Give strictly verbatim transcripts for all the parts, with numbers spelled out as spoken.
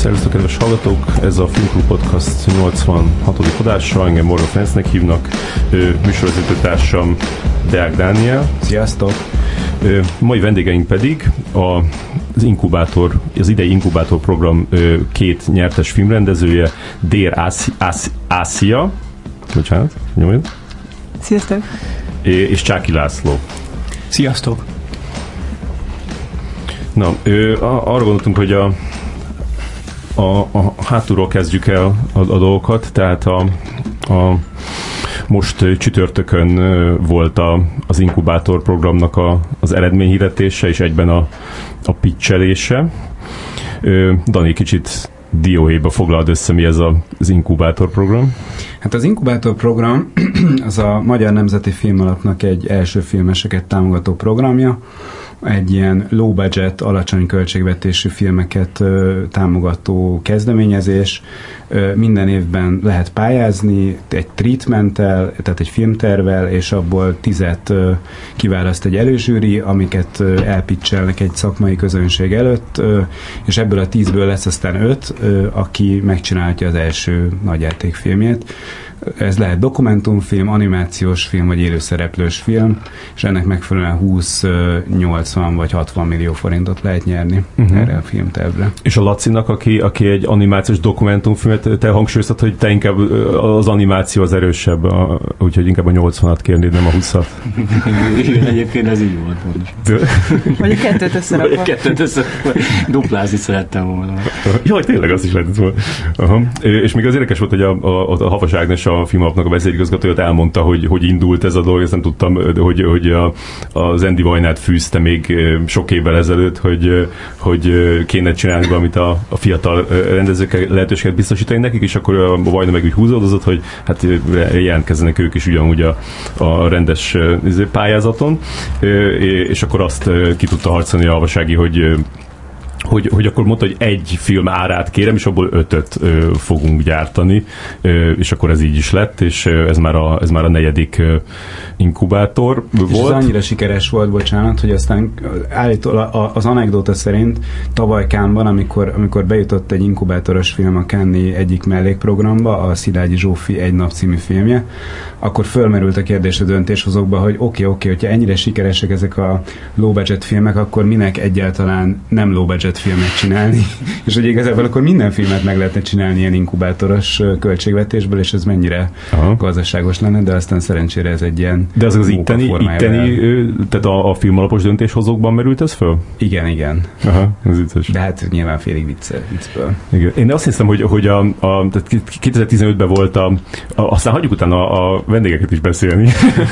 Szervusztok, kedves hallgatók! Ez a Filmklub Podcast nyolcvanhatodik adása, engem Morgan Ferencnek hívnak, műsorvezető társam Deák Dániel. Sziasztok! Mai vendégeink pedig az Inkubátor, az idei Inkubátor program két nyertes filmrendezője, Dér Ászia, bocsánat, nyomjad. Sziasztok! És Csáki László. Sziasztok! Na, arra gondoltunk, hogy a A, a hátulról kezdjük el a, a dolgokat, tehát a, a most csütörtökön volt a, az Inkubátor programnak a, az eredményhirdetése, és egyben a, a pitchelése. Dani, kicsit dióhéjba foglald össze, mi ez a, az Inkubátor program? Hát az Inkubátor program az a Magyar Nemzeti Filmalapnak egy első filmeseket támogató programja, egy ilyen low budget, alacsony költségvetésű filmeket ö, támogató kezdeményezés. Ö, minden évben lehet pályázni egy treatmenttel, tehát egy filmtervvel, és abból tizet ö, kiválaszt egy előzsűri, amiket ö, elpitchelnek egy szakmai közönség előtt, ö, és ebből a tízből lesz aztán öt, ö, aki megcsinálja az első nagyjátékfilmjét. Ez lehet dokumentumfilm, animációs film, vagy élőszereplős film, és ennek megfelelően húsz, nyolcvan vagy hatvan millió forintot lehet nyerni uh-huh. erre a filmtervre. És a Lacinak, aki, aki egy animációs dokumentumfilmet, te hangsúlyoztad, hogy te inkább az animáció az erősebb, a, úgyhogy inkább a nyolcvanat kérnéd, nem a húszat. Igen, egyébként ez így volt. Vagy a kettőt összerakva. Vagy a kettőt összerakva. Duplázni szerettem volna. Jaj, tényleg azt is lehetett volna. Aha. És még az érdekes volt, hogy a, a, a Havas Ágnes, a filmalapnak a vezérigazgatója elmondta, hogy, hogy indult ez a dolog, ezt nem tudtam, hogy, hogy a, az Andy Vajnát fűzte még sok évvel ezelőtt, hogy, hogy kéne csinálni valamit a, a fiatal rendezőkkel lehetőséget biztosítani nekik, és akkor a Vajna meg úgy húzódozott, hogy hát jelentkezzenek ők is ugyanúgy a, a rendes pályázaton, és akkor azt ki tudta harcolni a Havasági, hogy Hogy, hogy akkor mondta, hogy egy film árát kérem, és abból ötöt ö, fogunk gyártani, ö, és akkor ez így is lett, és ez már a, ez már a negyedik ö, inkubátor és volt. És ez annyira sikeres volt, bocsánat, hogy aztán állítólag az anekdóta szerint tavaly Cannes-ban, amikor, amikor bejutott egy inkubátoros film a Cannes-i egyik mellékprogramba, a Szilágyi Zsófi Egy nap című filmje, akkor fölmerült a kérdés a döntéshozókba, hogy oké, okay, oké, okay, hogyha ennyire sikeresek ezek a low budget filmek, akkor minek egyáltalán nem low budget filmet csinálni, és hogy igazából akkor minden filmet meg lehetne csinálni ilyen inkubátoros költségvetésből, és ez mennyire Aha. gazdaságos lenne, de aztán szerencsére ez egy ilyen De az az itteni, itteni tehát a, a filmalapos döntéshozókban merült ez föl? Igen, igen. Aha, ez vicces. De hát nyilván félig vicce, viccből. Igen. Én azt hiszem, hogy, hogy a, a, kétezer-tizenötben volt a, a aztán hagyjuk utána a vendégeket is beszélni.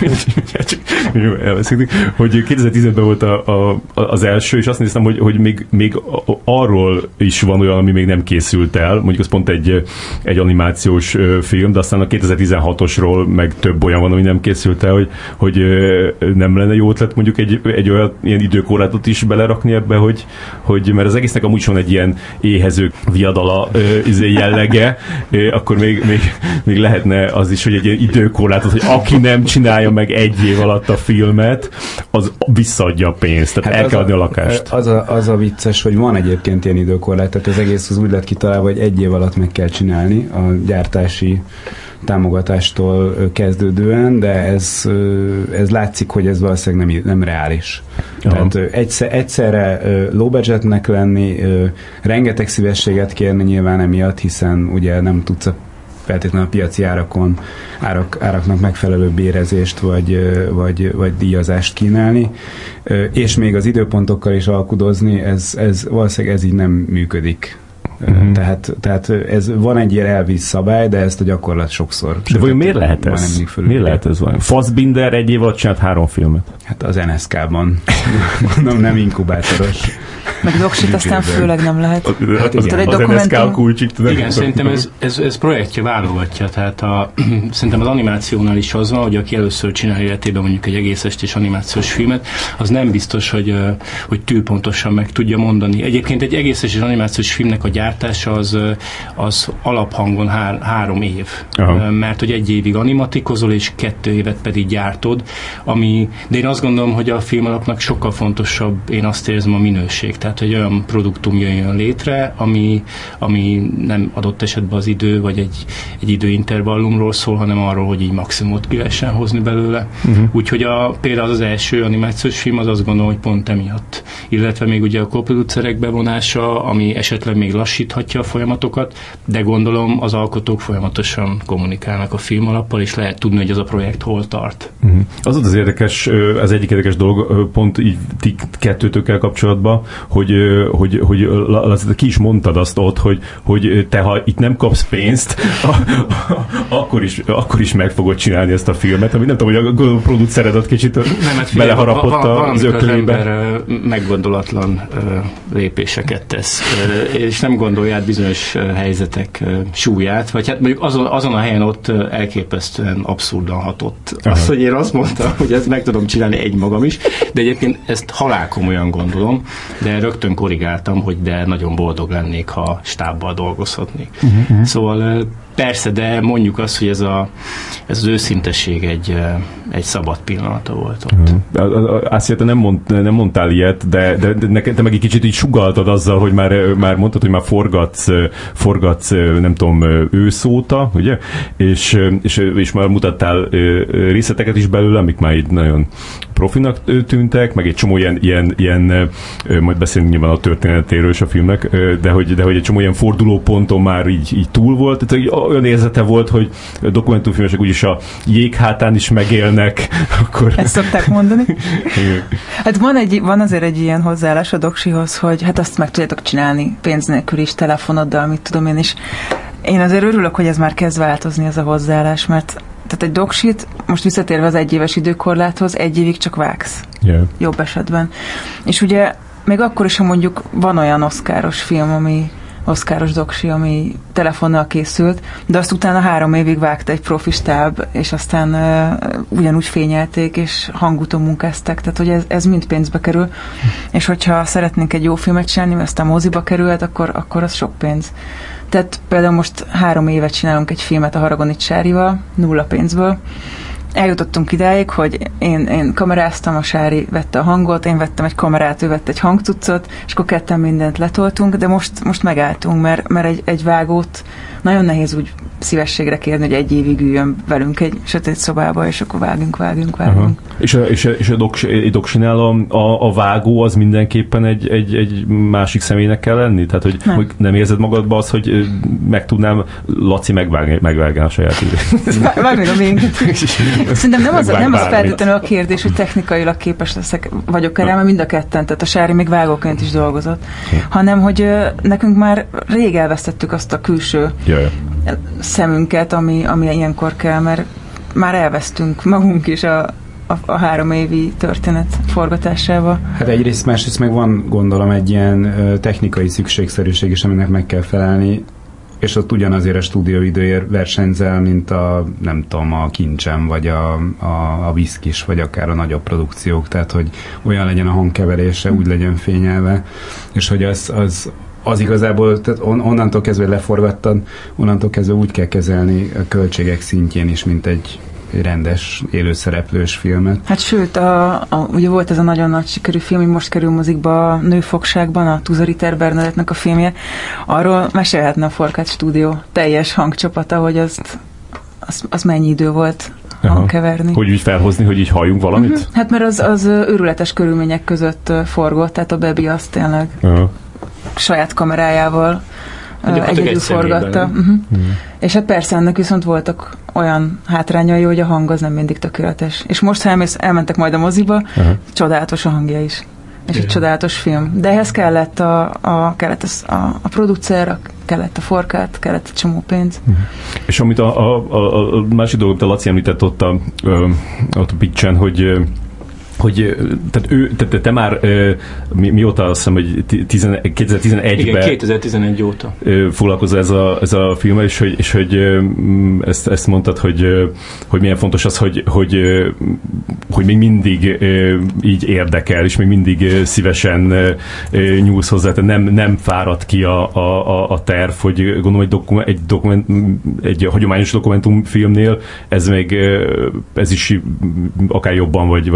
hogy kétezer-tizenötben volt a, a, az első, és azt néztem, hogy, hogy még, még arról is van olyan, ami még nem készült el, mondjuk az pont egy, egy animációs film, de aztán a kétezer-tizenhatosról meg több olyan van, ami nem készült el, hogy, hogy nem lenne jó ötlet mondjuk egy, egy olyan ilyen időkorlátot is belerakni ebbe, hogy, hogy mert az egésznek amúgy van egy ilyen éhező viadala jellege, akkor még, még, még lehetne az is, hogy egy ilyen időkorlátot, hogy aki nem csinálja meg egy év alatt a filmet, az visszaadja a pénzt, tehát hát el kell adni a lakást. Az a, az a vicces, hogy van egyébként ilyen időkorlát, tehát az egész az úgy lett kitalálva, hogy egy év alatt meg kell csinálni a gyártási támogatástól kezdődően, de ez, ez látszik, hogy ez valószínűleg nem, nem reális. Aha. Tehát egyszer, egyszerre low budgetnek lenni, rengeteg szívességet kérni nyilván emiatt, hiszen ugye nem tudsz feltétlenül a piaci árakon, árak, áraknak megfelelő bérezést vagy, vagy, vagy díjazást kínálni, és még az időpontokkal is alkudozni, ez, ez valószínűleg ez így nem működik. Uh-huh. Tehát, tehát ez van egy ilyen elvíz szabály, de ezt a gyakorlat sokszor. De vajon miért lehet ez? Miért lehet ez valami? Fassbinder egy év alatt csinált három filmet. Hát az en es ká-ban. Mondom, nem inkubátoros. Meg doksit aztán főleg nem lehet. Hát igen, az en es ká a kulcsik. Igen, szerintem ez, ez, ez projektje válogatja. Tehát a, szerintem az animációnál is az van, hogy aki először csinál életében mondjuk egy egész estés animációs filmet, az nem biztos, hogy, hogy túl pontosan meg tudja mondani. Egyébként egy egész estés animációs filmnek a gyártása az, az alaphangon hár, három év. Aha. Mert hogy egy évig animatikozol, és kettő évet pedig gyártod, ami, de én azt gondolom, hogy a filmalapnak sokkal fontosabb, én azt érzem, a minőség. szükség. Tehát, hogy olyan produktum jöjjön létre, ami, ami nem adott esetben az idő, vagy egy, egy időintervallumról szól, hanem arról, hogy így maximumot ki lehessen hozni belőle. Uh-huh. Úgyhogy a, például az első animációs film, az azt gondolom, hogy pont emiatt. Illetve még ugye a koproducerek bevonása, ami esetleg még lassíthatja a folyamatokat, de gondolom az alkotók folyamatosan kommunikálnak a film alappal, és lehet tudni, hogy ez a projekt hol tart. Uh-huh. Az az érdekes, az egyik érdekes dolog, pont így ti kettőtökkel kapcsolatban, hogy, hogy, hogy ki is mondtad azt ott, hogy, hogy te, ha itt nem kapsz pénzt, akkor is, akkor is meg fogod csinálni ezt a filmet, amit nem tudom, hogy a produceredet kicsit nem, hát beleharapott van, az öklébe. Az ember meggondolatlan lépéseket tesz, és nem gondolja át bizonyos helyzetek súlyát, vagy hát mondjuk azon, azon a helyen ott elképesztően abszurdan hatott. Aha. Az, hogy én azt mondtam, hogy ezt meg tudom csinálni egymagam is, de egyébként ezt halálkomolyan gondolom, de rögtön korrigáltam, hogy de nagyon boldog lennék, ha stábbal dolgozhatnék. Uh-huh. Szóval persze, de mondjuk azt, hogy ez, a, ez az őszintesség egy, egy szabad pillanata volt ott. Uh-huh. Azt te nem, mond, nem mondtál ilyet, de, de, de neked te meg egy kicsit így sugalltad azzal, hogy már, már mondtad, hogy már forgatsz, forgatsz nem tudom, ősz óta, ugye? És, és, és már mutattál részleteket is belőle, amik már így nagyon profinak tűntek, meg egy csomó ilyen, ilyen, ilyen majd beszélünk nyilván a történetéről és a filmnek, de hogy, de hogy egy csomó ilyen fordulóponton már így, így túl volt. Tehát olyan érzete volt, hogy dokumentumfilmesek úgyis a jéghátán is megélnek. Akkor... Ezt szokták mondani. Hát van, egy, van azért egy ilyen hozzáállás a doksihoz, hogy hát azt meg tudjátok csinálni pénz nélkül is, telefonoddal, mit tudom én is. Én azért örülök, hogy ez már kezd változni, ez a hozzáállás, mert tehát egy doksit, most visszatérve az egyéves időkorláthoz, egy évig csak vágsz. Yeah. Jobb esetben. És ugye még akkor is, ha mondjuk van olyan oszkáros film, ami oszkáros doksi, ami telefonnal készült, de azt utána három évig vágta egy profi stáb, és aztán uh, ugyanúgy fényelték, és hangutó munkáztak, tehát hogy ez, ez mind pénzbe kerül. És hogyha szeretnénk egy jó filmet csinálni, mert aztán moziba kerülhet, akkor, akkor az sok pénz. Tehát például most három évet csinálunk egy filmet a Haragonics Sárival, nulla pénzből. Eljutottunk idáig, hogy én, én kameráztam, a Sári vette a hangot, én vettem egy kamerát, ő vett egy hangcuccot, és akkor ketten mindent letoltunk, de most, most megálltunk, mert, mert egy, egy vágót nagyon nehéz úgy szívességre kérni, hogy egy évig üljön velünk egy sötét szobába, és akkor vágunk, vágunk, vágunk. Aha. És a, és a, és a, doks, a doksinál a, a, a vágó az mindenképpen egy, egy, egy másik személynek kell lenni? Tehát, hogy nem, hogy nem érzed magadba azt, hogy meg tudnám Laci megvágni, megvágni a saját időt? Vágni a minket. Szerintem nem az, nem az feltétlenül a kérdés, hogy technikailag képes leszek, vagyok erre, mert mind a ketten, tehát a Sári még vágóként is dolgozott, hm. hanem, hogy ö, nekünk már rég elvesztettük azt a külső Jaj. szemünket, ami, ami ilyenkor kell, mert már elvesztünk magunk is a, a, a három évi történet forgatásával. Hát egyrészt, másrészt meg van, gondolom, egy ilyen ö, technikai szükségszerűség is, aminek meg kell felelni, és ott ugyanazért a stúdióidőért versenyzel, mint a, nem tudom, a Kincsem, vagy a, a, a Viszkis, vagy akár a nagyobb produkciók, tehát, hogy olyan legyen a hangkeverése, úgy legyen fényelve, és hogy az, az, az igazából, tehát on, onnantól kezdve leforgattad, onnantól kezdve úgy kell kezelni a költségek szintjén is, mint egy rendes, élőszereplős filmet. Hát sőt, a, a, ugye volt ez a nagyon nagy sikerű film, ami most kerül mozikba a Nőfogságban, a Tuza Ritter Bernadettnek a filmje. Arról mesélhetne a Forkát stúdió teljes hangcsapata, hogy azt, az, az mennyi idő volt hangkeverni. Hogy úgy felhozni, hogy így halljunk valamit? Uh-huh. Hát mert az, az őrületes körülmények között forgott, tehát a Bebi azt tényleg uh-huh. saját kamerájával uh, egyedül forgatta. Uh-huh. Uh-huh. És hát persze ennek viszont voltak olyan hátrányai, hogy a hang az nem mindig tökéletes. És most, ha elmész, elmentek majd a moziba, uh-huh. csodálatos a hangja is. És yeah. egy csodálatos film. De ehhez kellett a, a, kellett a, a, a producer, a, kellett a Forkát, kellett a csomó pénz. Uh-huh. És amit a, a, a, a másik dolgot a Laci említett ott a, a, a pitchen, hogy hogy tehát ő, te, te már mi, mióta azt hiszem, hogy kétezer-tizenegyben Igen, kétezer-tizenegy óta foglalkozol ez a, ez a filmmel, és hogy, és hogy ezt, ezt mondtad, hogy, hogy milyen fontos az, hogy, hogy, hogy még mindig így érdekel, és még mindig szívesen nyúlsz hozzá, tehát nem, nem fárad ki a, a, a terv, hogy gondolom egy, dokument, egy, dokument, egy hagyományos dokumentumfilmnél ez még ez is akár jobban, vagy, vagy ugyanígy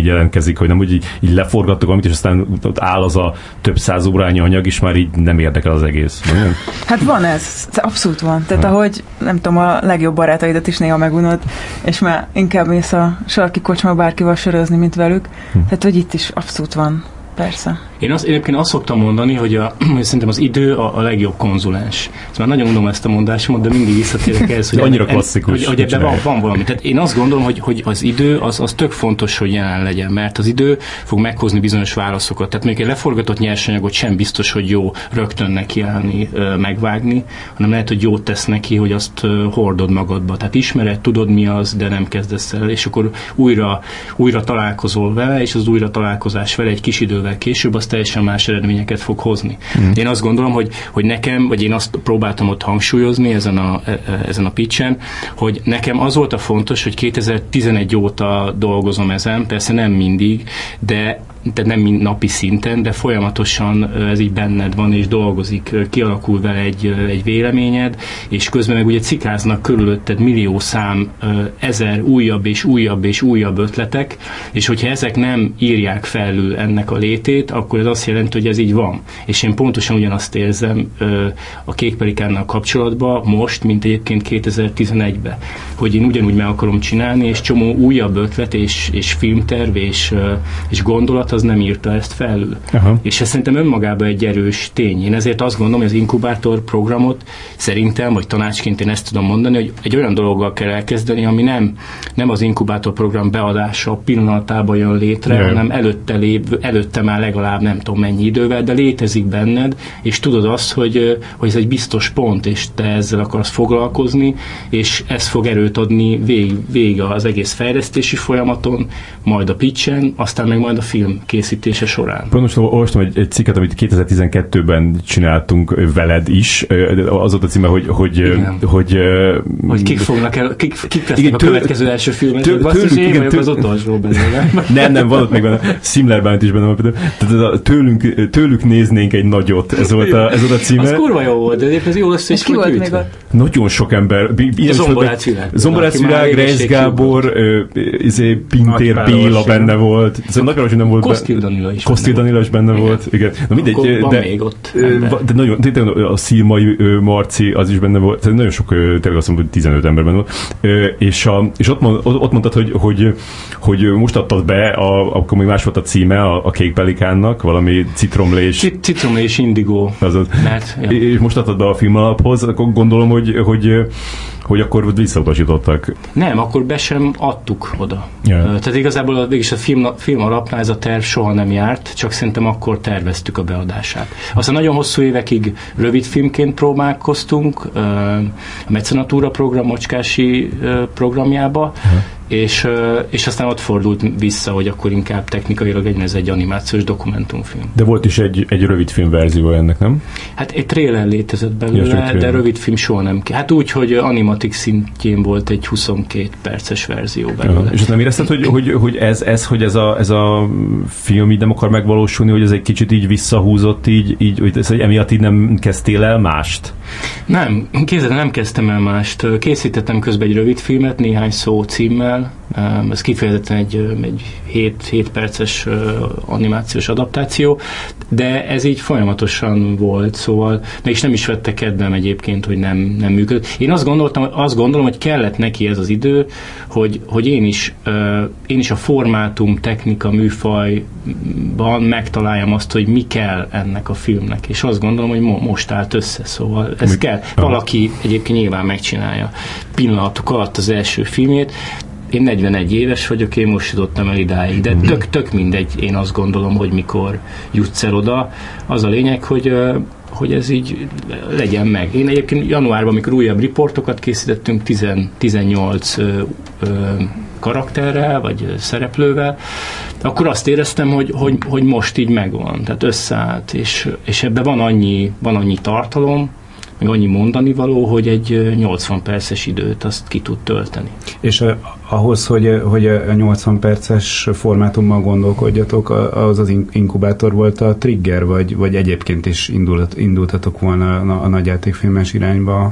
így jelentkezik, hogy nem úgy így, így leforgattok valamit, és aztán ott áll az a több száz órányi anyag, és már így nem érdekel az egész. Nem? Hát van ez, abszolút van. Tehát ha. ahogy, nem tudom, a legjobb barátaidat is néha megunod, és már inkább mész a sarki kocsma bárkival sörözni, mint velük. Hm. Tehát, hogy itt is abszolút van. Persze. Én azt, egyébként azt szoktam mondani, hogy, a, hogy szerintem az idő a, a legjobb konzulens. Ezt már nagyon mondom ezt a mondásomat, de mindig visszatérek ehhez, hogy, annyira klasszikus, hogy, hogy ebben van, van valami. Tehát én azt gondolom, hogy, hogy az idő az, az tök fontos, hogy jelen legyen, mert az idő fog meghozni bizonyos válaszokat. Tehát még egy leforgatott nyersanyagot sem biztos, hogy jó rögtön nekiállni, megvágni, hanem lehet, hogy jót tesz neki, hogy azt hordod magadba. Tehát ismered, tudod mi az, de nem kezdesz el, és akkor újra, újra találkozol vele, és az újra találkozás vele egy kis idő később az teljesen más eredményeket fog hozni. Mm. Én azt gondolom, hogy, hogy nekem, vagy én azt próbáltam ott hangsúlyozni ezen a, ezen a pitchen, hogy nekem az volt a fontos, hogy kétezer-tizenegy óta dolgozom ezen, persze nem mindig, de de nem napi szinten, de folyamatosan ez így benned van, és dolgozik, kialakul vele egy, egy véleményed, és közben meg ugye cikáznak körülötted millió szám, ezer újabb és újabb és újabb ötletek, és hogyha ezek nem írják felül ennek a létét, akkor ez azt jelenti, hogy ez így van. És én pontosan ugyanazt érzem a Kék Pelikánnal kapcsolatban most, mint egyébként kétezer-tizenegyben, hogy én ugyanúgy meg akarom csinálni, és csomó újabb ötlet, és, és filmterv, és, és gondolat, az nem írta ezt felül. Aha. És ez szerintem önmagában egy erős tény. Én ezért azt gondolom, hogy az inkubátor programot szerintem, vagy tanácsként én ezt tudom mondani, hogy egy olyan dologgal kell elkezdeni, ami nem, nem az inkubátor program beadása pillanatában jön létre, Jaj. hanem előtte, lév, előtte már legalább nem tudom mennyi idővel, de létezik benned, és tudod azt, hogy, hogy ez egy biztos pont, és te ezzel akarsz foglalkozni, és ez fog erőt adni vég, vég az egész fejlesztési folyamaton, majd a pitchen, aztán meg majd a film készítése során. Most olvastam egy, egy cikket, amit kétezer-tizenkettőben csináltunk veled is. Az ott a címe, hogy hogy, hogy, hogy kik fognak el, kik, kik lesznek a következő első filmet. Basszus, én vagyok az utolsó benne. Nem, nem, van ott még benne. Simlerbánt is benne van. Tehát tőlünk, tőlük néznénk egy nagyot. Ez volt a, ez volt a címe. Az kurva jó volt, de ez jó lesz, és ki volt még ott? Nagyon sok ember. Zomborác Világ. Zomborác Világ, Reisz Gábor, Pintér Béla benne volt. Nagyváros nem volt. Kosztil Danila is. Kosztil Danila is benne igen. volt. Igen. Na mindegy, akkor van de, még ott. De nagyon, tényleg a Szirmai Marci, az is benne volt. Nagyon sok, tényleg azt mondom, hogy tizenöt ember benne volt. És, a, és ott, mond, ott mondtad, hogy, hogy, hogy most adtad be, a, akkor még más volt a címe a, a Kék Pelikánnak, valami citromlés. Citromlés indigo. Mert, ja. És most adtad be a filmalaphoz, akkor gondolom, hogy, hogy hogy akkor visszautasítottak. Nem, akkor be sem adtuk oda. Yeah. Tehát igazából végülis a film, film alapnál ez a terv soha nem járt, csak szerintem akkor terveztük a beadását. Aztán nagyon hosszú évekig rövid filmként próbálkoztunk, a Mecenatúra program, Mocskási programjába, uh-huh. és, és aztán ott fordult vissza, hogy akkor inkább technikailag legyen ez egy animációs dokumentumfilm. De volt is egy, egy rövid film verzió ennek, nem? Hát egy trailer létezett belőle, ja, de rövid film soha nem ki. Hát úgy, hogy animatik szintjén volt egy huszonkét perces verzió belőle. Ja, és azt nem érezted, hogy, hogy, hogy, ez, ez, hogy ez a, ez a film így nem akar megvalósulni, hogy ez egy kicsit így visszahúzott, így, így hogy ez, hogy emiatt így nem kezdtél el mást? Nem, képzeld, nem kezdtem el mást. Készítettem közben egy rövid filmet, néhány szó címmel. Ez kifejezetten egy, egy hét perces animációs adaptáció, de ez így folyamatosan volt, szóval mégis nem is vette kedvem egyébként, hogy nem, nem működött. Én azt gondoltam, azt gondolom, hogy kellett neki ez az idő, hogy, hogy én is én is a formátum, technika, műfajban megtaláljam azt, hogy mi kell ennek a filmnek, és azt gondolom, hogy mo- most állt össze, szóval ez mi? kell. Valaki egyébként nyilván megcsinálja pillanatok alatt az első filmjét. Én negyvenegy éves vagyok, én most jutottam el idáig, de tök, tök mindegy, én azt gondolom, hogy mikor jutsz el oda. Az a lényeg, hogy, hogy ez így legyen meg. Én egyébként januárban, amikor újabb riportokat készítettünk, tíz, tizennyolc ö, ö, karakterrel, vagy szereplővel, akkor azt éreztem, hogy, hogy, hogy most így megvan, tehát összeállt, és, és ebben van annyi, van annyi tartalom, meg annyi mondani való, hogy egy nyolcvan perces időt azt ki tud tölteni. És uh, ahhoz, hogy, hogy a nyolcvan perces formátummal gondolkodjatok, az az inkubátor volt a trigger, vagy, vagy egyébként is indult, indultatok volna a, a nagyjátékfilmes irányba?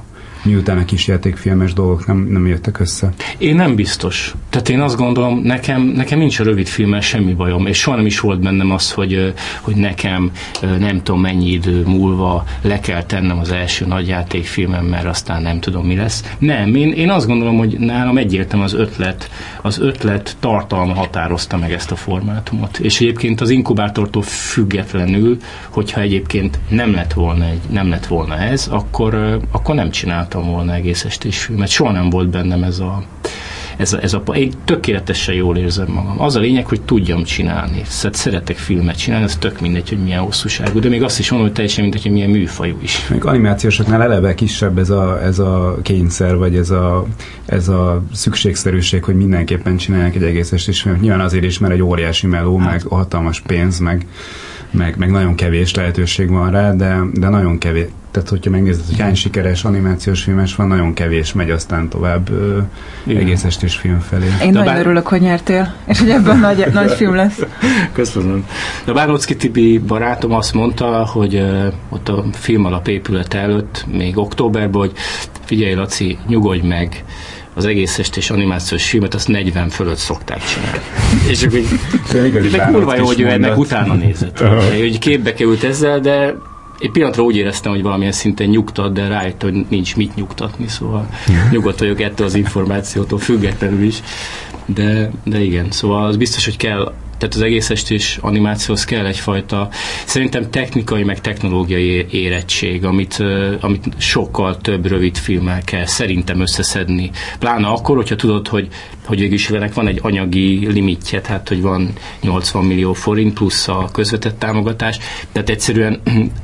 miután a kisjátékfilmes dolgok nem, nem jöttek össze? Én nem biztos. Tehát én azt gondolom, nekem, nekem nincs a rövid filmmel semmi bajom, és soha nem is volt bennem az, hogy, hogy nekem nem tudom mennyi idő múlva le kell tennem az első nagyjátékfilmem, mert aztán nem tudom mi lesz. Nem, én, én azt gondolom, hogy nálam egyértelműen az ötlet, az ötlet tartalma határozta meg ezt a formátumot. És egyébként az inkubátortól függetlenül, hogyha egyébként nem lett volna, egy, nem lett volna ez, akkor, akkor nem csináltam volna egész estés filmet. Soha nem volt bennem ez a Ez a, ez a, én tökéletesen jól érzem magam. Az a lényeg, hogy tudjam csinálni. Szóval szeretek filmet csinálni, ez tök mindegy, hogy milyen hosszúságú, de még azt is mondom, hogy teljesen mindegy, hogy milyen műfajú is. Még animációsoknál eleve kisebb ez a, ez a kényszer, vagy ez a, ez a szükségszerűség, hogy mindenképpen csinálják egy egész estés filmet. Nyilván azért is, mert egy óriási meló, hát. meg hatalmas pénz, meg, meg, meg nagyon kevés lehetőség van rá, de, de nagyon kevés. Tehát, hogyha megnézed, hogy hány sikeres animációs filmes van, nagyon kevés megy aztán tovább ö, egész estés film felé. Én de nagyon bár... örülök, hogy nyertél, és hogy ebben nagy, nagy film lesz. Köszönöm. De Bárnocki Tibi barátom azt mondta, hogy uh, ott a film alapépület előtt, még októberben, hogy figyelj Laci, nyugodj meg, az egész estés animációs filmet, azt negyven fölött szokták csinálni. És akkor így, kurva jó, hogy ő ennek utána nézett. Hogy képbe került ezzel, de egy pillanatra úgy éreztem, hogy valamilyen szinten nyugtat, de rájött, hogy nincs mit nyugtatni, szóval nyugodt vagyok ettől az információtól függetlenül is. De, de igen, szóval az biztos, hogy kell, tehát az egész estés animációhoz kell egyfajta, szerintem technikai, meg technológiai érettség, amit, amit sokkal több rövid filmmel kell szerintem összeszedni. Pláne akkor, hogyha tudod, hogy, hogy végülis ennek van egy anyagi limitje, tehát hogy van nyolcvan millió forint plusz a közvetett támogatás, tehát egyszerűen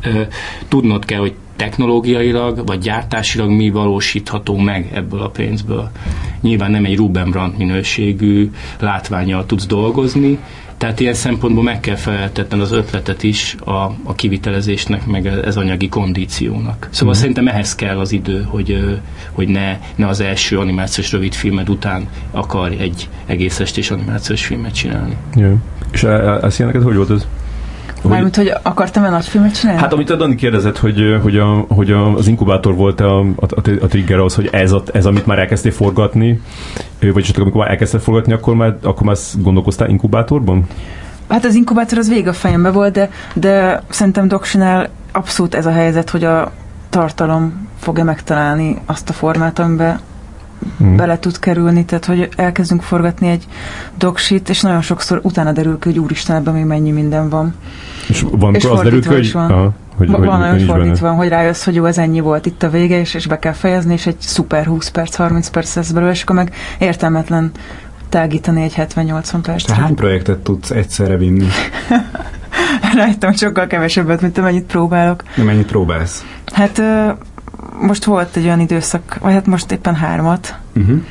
tudnod kell, hogy technológiailag, vagy gyártásilag mi valósítható meg ebből a pénzből. Nyilván nem egy Ruben Brandt minőségű látvánnyal tudsz dolgozni, tehát ilyen szempontból meg kell feleltetned az ötletet is a, a kivitelezésnek, meg ez anyagi kondíciónak. Szóval mm. szerintem ehhez kell az idő, hogy, hogy ne, ne az első animációs rövidfilmed után akar egy egész estés animációs filmet csinálni. Yeah. És ezt neked hogy volt ez? Mármint, hogy akartam-e nagy filmet csinálni? Hát amit a Dani kérdezett, hogy, hogy, a, hogy a, az inkubátor volt a, a, a trigger az, hogy ez, a, ez, amit már elkezdtél forgatni, vagy csak amikor már elkezdtél forgatni, akkor már, akkor már gondolkoztál inkubátorban? Hát az inkubátor az végig a fejembe volt, de, de szerintem Doksinál abszolút ez a helyzet, hogy a tartalom fogja megtalálni azt a formát, amiben Hmm. bele tud kerülni, tehát hogy elkezdünk forgatni egy doksit, és nagyon sokszor utána derül ki, hogy úristen, ebben még mennyi minden van. És van, és az derül ki, hogy... Van, aha, hogy, van, hogy, hogy fordítva van, hogy rájössz, hogy jó, ez ennyi volt itt a vége, és, és be kell fejezni, és egy szuper húsz perc, harminc perc lesz belőle, és akkor meg értelmetlen tágítani egy hetven-nyolcvan percre. Te hány projektet tudsz egyszerre vinni? Rájöttem, sokkal kevesebbet, mint amennyit próbálok. De mennyit próbálsz? Hát... most volt egy olyan időszak, vagy hát most éppen hármat, uh-huh.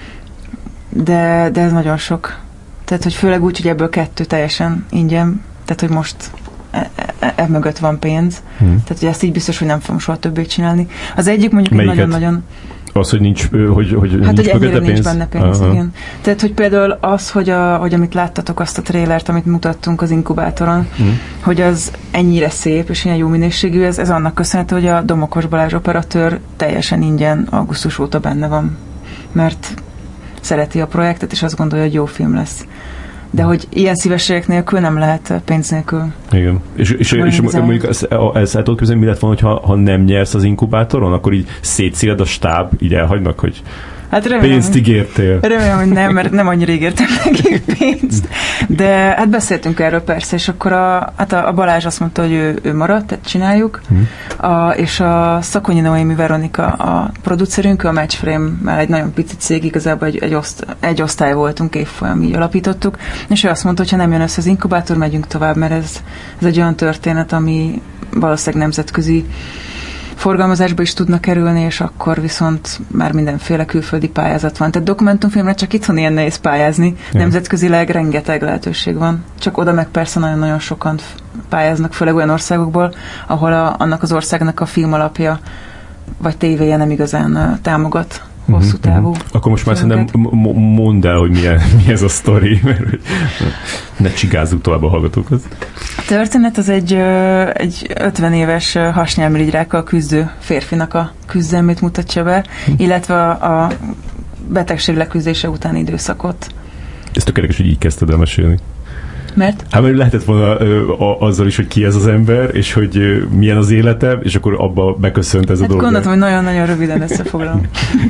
de, de ez nagyon sok. Tehát, hogy főleg úgy, hogy ebből kettő teljesen ingyen, tehát, hogy most e, e, e mögött van pénz. Uh-huh. Tehát, hogy ezt így biztos, hogy nem fogom soha többé csinálni. Az egyik mondjuk nagyon-nagyon... Az, hogy nincs, hogy, hogy hát, nincs hogy mögötte pénz? nincs benne pénz, uh-huh. igen. Tehát, hogy például az, hogy, a, hogy amit láttatok, azt a trélert, amit mutattunk az inkubátoron, uh-huh. hogy az ennyire szép és ilyen jó minőségű, ez, ez annak köszönhető, hogy a Domokos Balázs operatőr teljesen ingyen augusztus óta benne van. Mert szereti a projektet, és azt gondolja, hogy jó film lesz. De hogy ilyen szívességek nélkül nem lehet pénz nélkül. Igen. És, és, és mondjuk ezt el tudod képzelni, mi lett volna, hogyha, ha nem nyersz az inkubátoron, akkor így szétszéled a stáb, így elhagynak, hogy hát remélem, pénzt ígértél. Remélem, hogy nem, mert nem annyira ígértem nekik pénzt. De hát beszéltünk erről persze, és akkor a, hát a Balázs azt mondta, hogy ő, ő maradt, tehát csináljuk, hmm. a, és a Szakonyi Noémi Veronika a producerünk, a Matchframe-mel egy nagyon pici cég, igazából egy, egy, oszt, egy osztály voltunk, évfolyam, így alapítottuk, és ő azt mondta, hogy ha nem jön össze az inkubátor, megyünk tovább, mert ez, ez egy olyan történet, ami valószínűleg nemzetközi forgalmazásba is tudnak kerülni, és akkor viszont már mindenféle külföldi pályázat van. Tehát dokumentumfilmre csak itthon ilyen nehéz pályázni. Ja. Nemzetközileg rengeteg lehetőség van. Csak oda meg persze nagyon-nagyon sokan pályáznak, főleg olyan országokból, ahol a, annak az országnak a film alapja vagy tévéje nem igazán támogat hosszú távú. Uh-huh. Akkor most már szerintem mondd el, hogy milyen, mi ez a sztori, mert ne csigázzuk tovább a hallgatókat. A történet az egy, egy ötven éves hasnyálmirigyrákkal küzdő férfinak a küzdelmét mutatja be, illetve a, a betegség leküzdése utáni időszakot. Ez tökéletes, hogy így kezdted el mesélni. Mert? Hát mert lehetett volna ö, a, azzal is, hogy ki ez az ember, és hogy ö, milyen az élete, és akkor abba beköszönt ez hát a dolog. Gondoltam, hogy nagyon-nagyon röviden összefoglalom.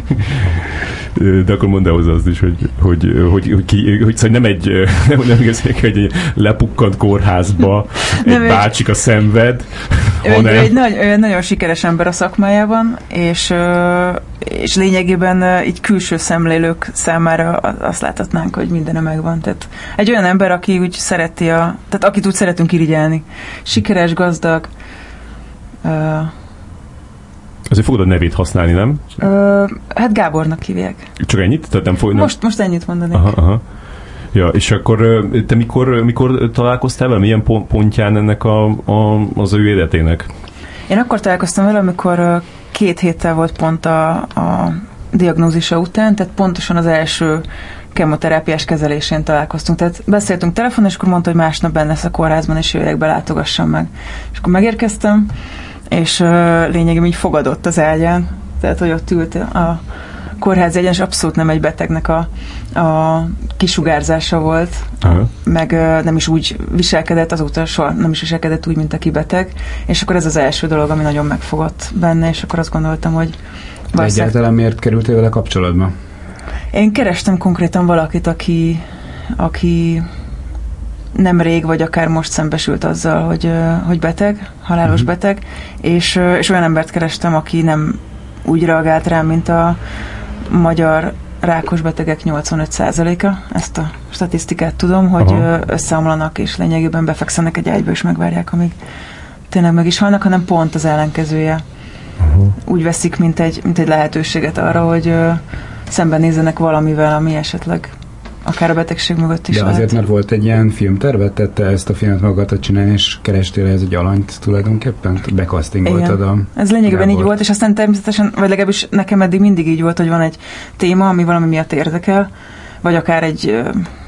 De akkor mondd el hozzá azt is, hogy, hogy, hogy, hogy, ki, hogy szóval nem egy, nem, nem igazán, hogy egy lepukkant kórházba egy bácsika szenved, ő hanem... Ő egy nagy, nagyon sikeres ember a szakmájában, és, és lényegében így külső szemlélők számára azt láthatnánk, hogy mindene megvan. Tehát egy olyan ember, aki úgy szereti a, tehát akit úgy szeretünk irigyelni. Sikeres, gazdag. Uh, Azért fogod a nevét használni, nem? Uh, hát Gábornak hívják. Csak ennyit? Tehát nem fog, nem... Most, most ennyit mondanék. Aha, aha. Ja, és akkor te mikor, mikor találkoztál vele? Milyen pontján ennek a, a, az ő életének? Én akkor találkoztam vele, amikor két héttel volt pont a, a diagnózisa után, tehát pontosan az első kemoterápiás kezelésén találkoztunk. Tehát beszéltünk telefonon, és akkor mondta, hogy másnap benne lesz a kórházban, és jöjjek be, látogassam meg. És akkor megérkeztem, és uh, lényegében így fogadott az ágyán, tehát hogy ott ült a kórház ágyán, és abszolút nem egy betegnek a, a kisugárzása volt, uh-huh. meg uh, nem is úgy viselkedett, azóta soha nem is viselkedett úgy, mint aki beteg, és akkor ez az első dolog, ami nagyon megfogott benne, és akkor azt gondoltam, hogy de egyáltalán miért kerültél vele kapcsolatba? Én kerestem konkrétan valakit, aki, aki nemrég, vagy akár most szembesült azzal, hogy, hogy beteg, halálos uh-huh. beteg, és, és olyan embert kerestem, aki nem úgy reagált rám, mint a magyar rákos betegek nyolcvanöt százaléka. Ezt a statisztikát tudom, hogy Aha. összeomlanak, és lényegében befekszenek egy ágyba, és megvárják, amíg tényleg meg is halnak, hanem pont az ellenkezője. Aha. Úgy veszik, mint egy, mint egy lehetőséget arra, hogy szembenézzenek valamivel, ami esetleg akár a betegség mögött is de lehet. azért, mert volt egy ilyen filmtervet, tette ezt a filmet magadat csinálni, és kerestél ez egy alanyt tulajdonképpen? Bekasztingoltad a... Ez lényegében így volt, és aztán természetesen, vagy legalábbis nekem eddig mindig így volt, hogy van egy téma, ami valami miatt érdekel, vagy akár egy,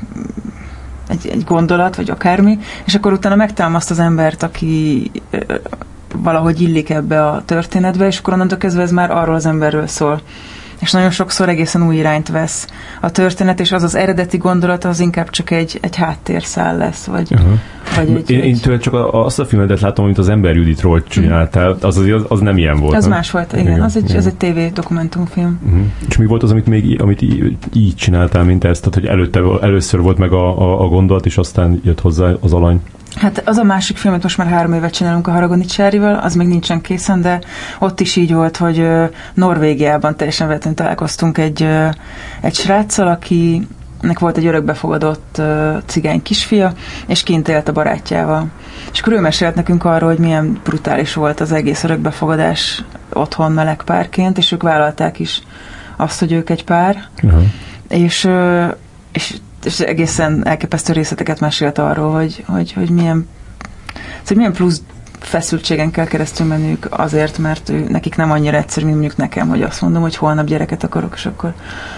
egy, egy gondolat, vagy akármi, és akkor utána megtámaszt az embert, aki valahogy illik ebbe a történetbe, és akkor onnantól kezdve ez már arról az emberről szól. És nagyon sokszor egészen új irányt vesz a történet, és az az eredeti gondolat az inkább csak egy, egy háttérszál lesz, vagy, uh-huh. vagy egy... Én, én tőle csak a, azt a filmet látom, amit az Ember Juditról csináltál, az, az, az nem ilyen volt. Az nem? más volt, igen. igen. Az, egy, az egy tévé dokumentumfilm. Uh-huh. És mi volt az, amit még amit így, így csináltál, mint ezt? Tehát, hogy előtte, először volt meg a, a, a gondolat, és aztán jött hozzá az alany? Hát az a másik filmet most már három évet csinálunk a Haragonicserivel, az még nincsen készen, de ott is így volt, hogy Norvégiában teljesen véletlenül találkoztunk egy, egy sráccal, akinek volt egy örökbefogadott cigány kisfia, és kint élt a barátjával. És akkor ő mesélt nekünk arról, hogy milyen brutális volt az egész örökbefogadás otthon meleg párként, és ők vállalták is azt, hogy ők egy pár. Uh-huh. És, és és egészen elképesztő részleteket mesélt arról, hogy, hogy, hogy milyen, szóval milyen plusz feszültségen kell keresztül menniük azért, mert ő, nekik nem annyira egyszerű, mint mondjuk nekem, hogy azt mondom, hogy holnap gyereket akarok, és akkor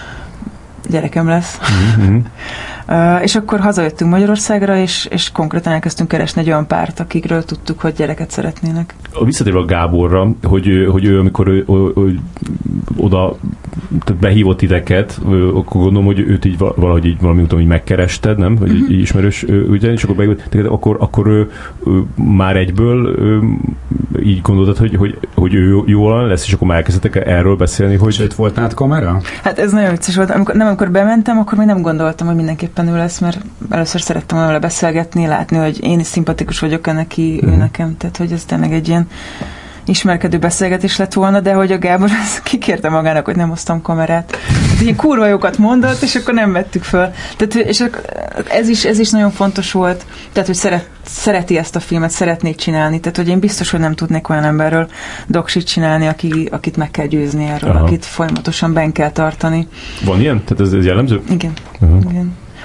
gyerekem lesz. Mm-hmm. uh, és akkor hazajöttünk Magyarországra, és, és konkrétan elkezdtünk keresni egy olyan párt, akikről tudtuk, hogy gyereket szeretnének. Visszatérve a Gáborra, hogy, hogy ő, amikor ő, ő, ő, oda behívott titeket, akkor gondolom, hogy őt így valahogy így valami úton, hogy megkerested, nem? Vagy uh-huh. így ismerős, ugye, és akkor behívott titeket, akkor, akkor ő, ő, már egyből ő, így gondoltad, hogy, hogy, hogy ő jól lesz, és akkor már elkezdtek erről beszélni, hogy... Sőt, volt nálad kamera? Hát ez nagyon vicces volt. Amikor, nem, amikor bementem, akkor még nem gondoltam, hogy mindenképpen ő lesz, mert először szerettem volna vele beszélgetni, látni, hogy én is szimpatikus vagyok neki, uh-huh. ő nekem, tehát hogy ez tényleg egy ilyen ismerkedő beszélgetés lett volna, de hogy a Gábor az kikérte magának, hogy nem hoztam kamerát. Tehát ilyen kurva jókat mondott, és akkor nem vettük föl. Tehát, és ez is, ez is nagyon fontos volt, tehát, hogy szeret, szereti ezt a filmet, szeretnék csinálni. Tehát, hogy én biztos, hogy nem tudnék olyan emberről doksit csinálni, aki, akit meg kell győzni erről, Aha. akit folyamatosan benn kell tartani. Van ilyen? Tehát ez, ez jellemző? Igen. Uh-huh. Igen.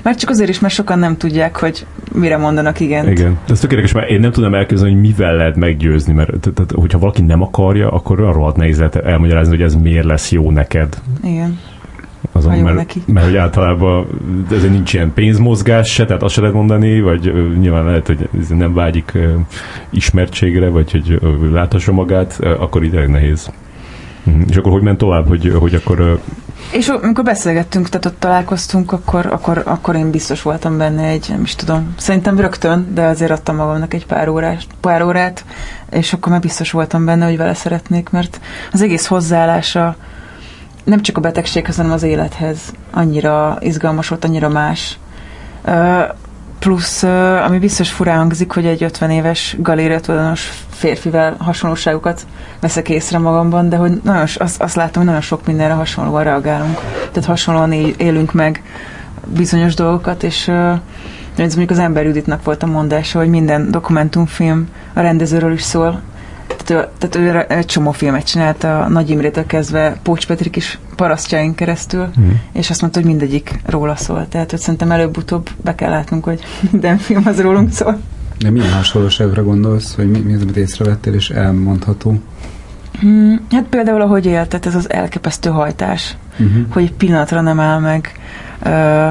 Már csak azért is, mert sokan nem tudják, hogy mire mondanak igent. Igen. De ez tökéletes, mert én nem tudom elképzelni, hogy mivel lehet meggyőzni, mert tehát, hogyha valaki nem akarja, akkor olyan rohadt nehéz lehet elmagyarázni, hogy ez miért lesz jó neked. Igen. Azon, mert, mert hogy általában ezért nincs ilyen pénzmozgás se, tehát azt se lehet mondani, vagy ö, nyilván lehet, hogy nem vágyik ö, ismertségre, vagy hogy ö, láthassa magát, ö, akkor így nehéz. Uh-huh. És akkor hogy ment tovább, hogy, hogy akkor... Ö... És amikor beszélgettünk, tehát ott találkoztunk, akkor, akkor, akkor én biztos voltam benne egy, nem is tudom, szerintem rögtön, de azért adtam magamnak egy pár, órás, pár órát, és akkor már biztos voltam benne, hogy vele szeretnék, mert az egész hozzáállása nem csak a betegséghez, hanem az élethez annyira izgalmas volt, annyira más. Uh, plusz, uh, ami biztos furán hangzik, hogy egy ötven éves galériatulajdonos férfivel hasonlóságokat veszek észre magamban, de hogy nagyon, azt, azt látom, hogy nagyon sok mindenre hasonlóan reagálunk. Tehát hasonlóan élünk meg bizonyos dolgokat, és uh, ez mondjuk az Ember Juditnak volt a mondása, hogy minden dokumentumfilm a rendezőről is szól. Tehát ő, tehát ő egy csomó filmet csinált, a Nagy Imrétől kezdve Pócs Petrik is Parasztjain keresztül, mm. és azt mondta, hogy mindegyik róla szól. Tehát hogy szerintem előbb-utóbb be kell látnunk, hogy minden film az rólunk szól. De milyen hasonlóságra gondolsz, hogy mi, mi az, amit észrevettél, és elmondható? Hmm, hát például, ahogy élt, tehát ez az elképesztő hajtás, uh-huh. hogy egy pillanatra nem áll meg uh,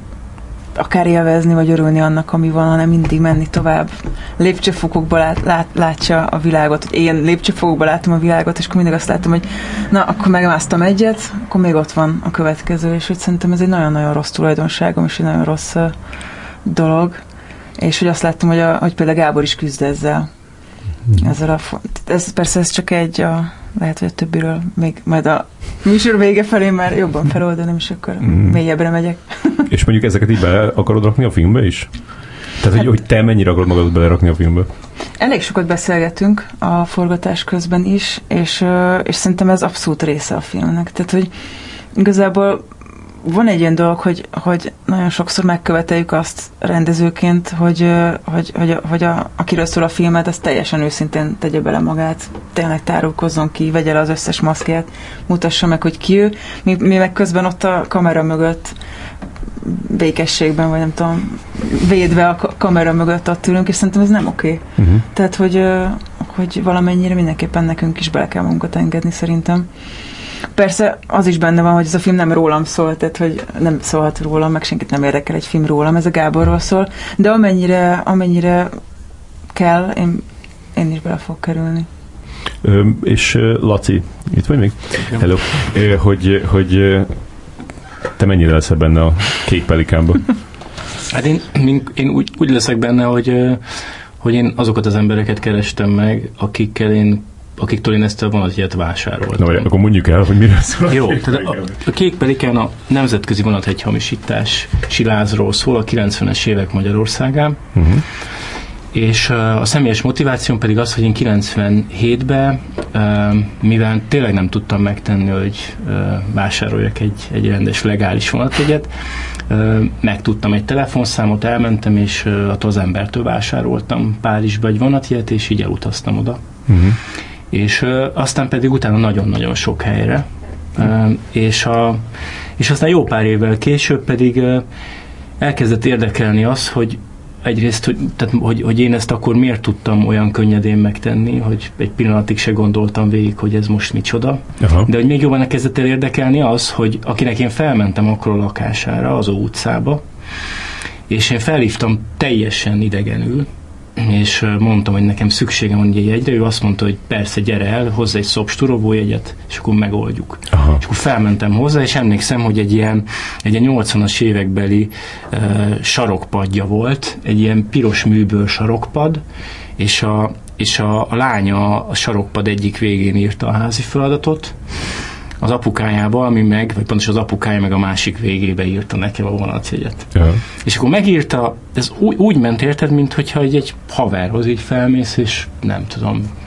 akár élvezni, vagy örülni annak, ami van, hanem mindig menni tovább. Lépcsőfokokba lát, lát, látja a világot, hogy én lépcsőfokokba látom a világot, és akkor mindig azt látom, hogy na, akkor megmásztam egyet, akkor még ott van a következő, és hogy szerintem ez egy nagyon-nagyon rossz tulajdonságom, és egy nagyon rossz uh, dolog, és hogy azt láttam, hogy, a, hogy például Gábor is küzd ezzel. Mm. ezzel a, ez, persze ez csak egy, a, lehet, hogy a többiről még majd a műsor vége felé már jobban feloldanom, és akkor mm. mélyebbre megyek. És mondjuk ezeket így bele akarod rakni a filmbe is? Tehát, hát, hogy, hogy te mennyire akarod magadat belerakni a filmbe? Elég sokat beszélgetünk a forgatás közben is, és, és szerintem ez abszolút része a filmnek. Tehát, hogy igazából van egy ilyen dolog, hogy, hogy nagyon sokszor megköveteljük azt rendezőként, hogy, hogy, hogy, hogy a, akiről szól a filmet, az teljesen őszintén tegye bele magát, tényleg tárulkozzon ki, vegye le az összes maszkját, mutassa meg, hogy ki ő. Mi, mi meg közben ott a kamera mögött békességben, vagy nem tudom, védve a kamera mögött ott ülünk, és szerintem ez nem oké. Okay. Uh-huh. Tehát, hogy, hogy valamennyire mindenképpen nekünk is bele kell magunkat engedni, szerintem. Persze az is benne van, hogy ez a film nem rólam szól, tehát hogy nem szólhat rólam, meg senkit nem érdekel egy film rólam, ez a Gáborról szól, de amennyire, amennyire kell, én, én is bele fog kerülni. Ö, és Laci, itt vagy még? Igen. Hello. Ö, hogy, hogy te mennyire leszel benne a Kék Pelikánban? Hát én, én úgy, úgy leszek benne, hogy, hogy én azokat az embereket kerestem meg, akikkel én akiktől én ezt a vonatjegyet vásároltam. Na, akkor mondjuk el, hogy mire szól. Jó, tehát a, a Kék Pelikán a nemzetközi vonathegyhamisítás silázról szól a kilencvenes évek Magyarországán, uh-huh. és uh, a személyes motivációm pedig az, hogy én kilencvenhétben, uh, mivel tényleg nem tudtam megtenni, hogy uh, vásároljak egy, egy rendes, legális vonatjegyet, uh, megtudtam egy telefonszámot, elmentem, és uh, attól az embertől vásároltam Párizsba egy vonatjegyet, és így elutaztam oda. Uh-huh. És uh, aztán pedig utána nagyon-nagyon sok helyre. Uh, és, a, és aztán jó pár évvel később pedig uh, elkezdett érdekelni az, hogy egyrészt, hogy, tehát, hogy, hogy én ezt akkor miért tudtam olyan könnyedén megtenni, hogy egy pillanatig se gondoltam végig, hogy ez most micsoda. Aha. De hogy még jobban elkezdett el érdekelni az, hogy akinek én felmentem akkor a lakására, az Ó utcába, és én felhívtam teljesen idegenül, és mondtam, hogy nekem szükségem van egy jegyre, ő azt mondta, hogy persze, gyere el, hozzá egy szobsturobó jegyet, és akkor megoldjuk. Aha. És akkor felmentem hozzá, és emlékszem, hogy egy ilyen, egy ilyen nyolcvanas évekbeli uh, sarokpadja volt, egy ilyen piros műből sarokpad, és a, és a, a lánya a sarokpad egyik végén írta a házi feladatot, az apukájába, ami meg, vagy pontosan az apukája meg a másik végébe írta nekem a vonatjegyet. Ja. És akkor megírta, ez úgy, úgy ment, érted, mint hogyha egy, egy haverhoz így felmész, és nem tudom,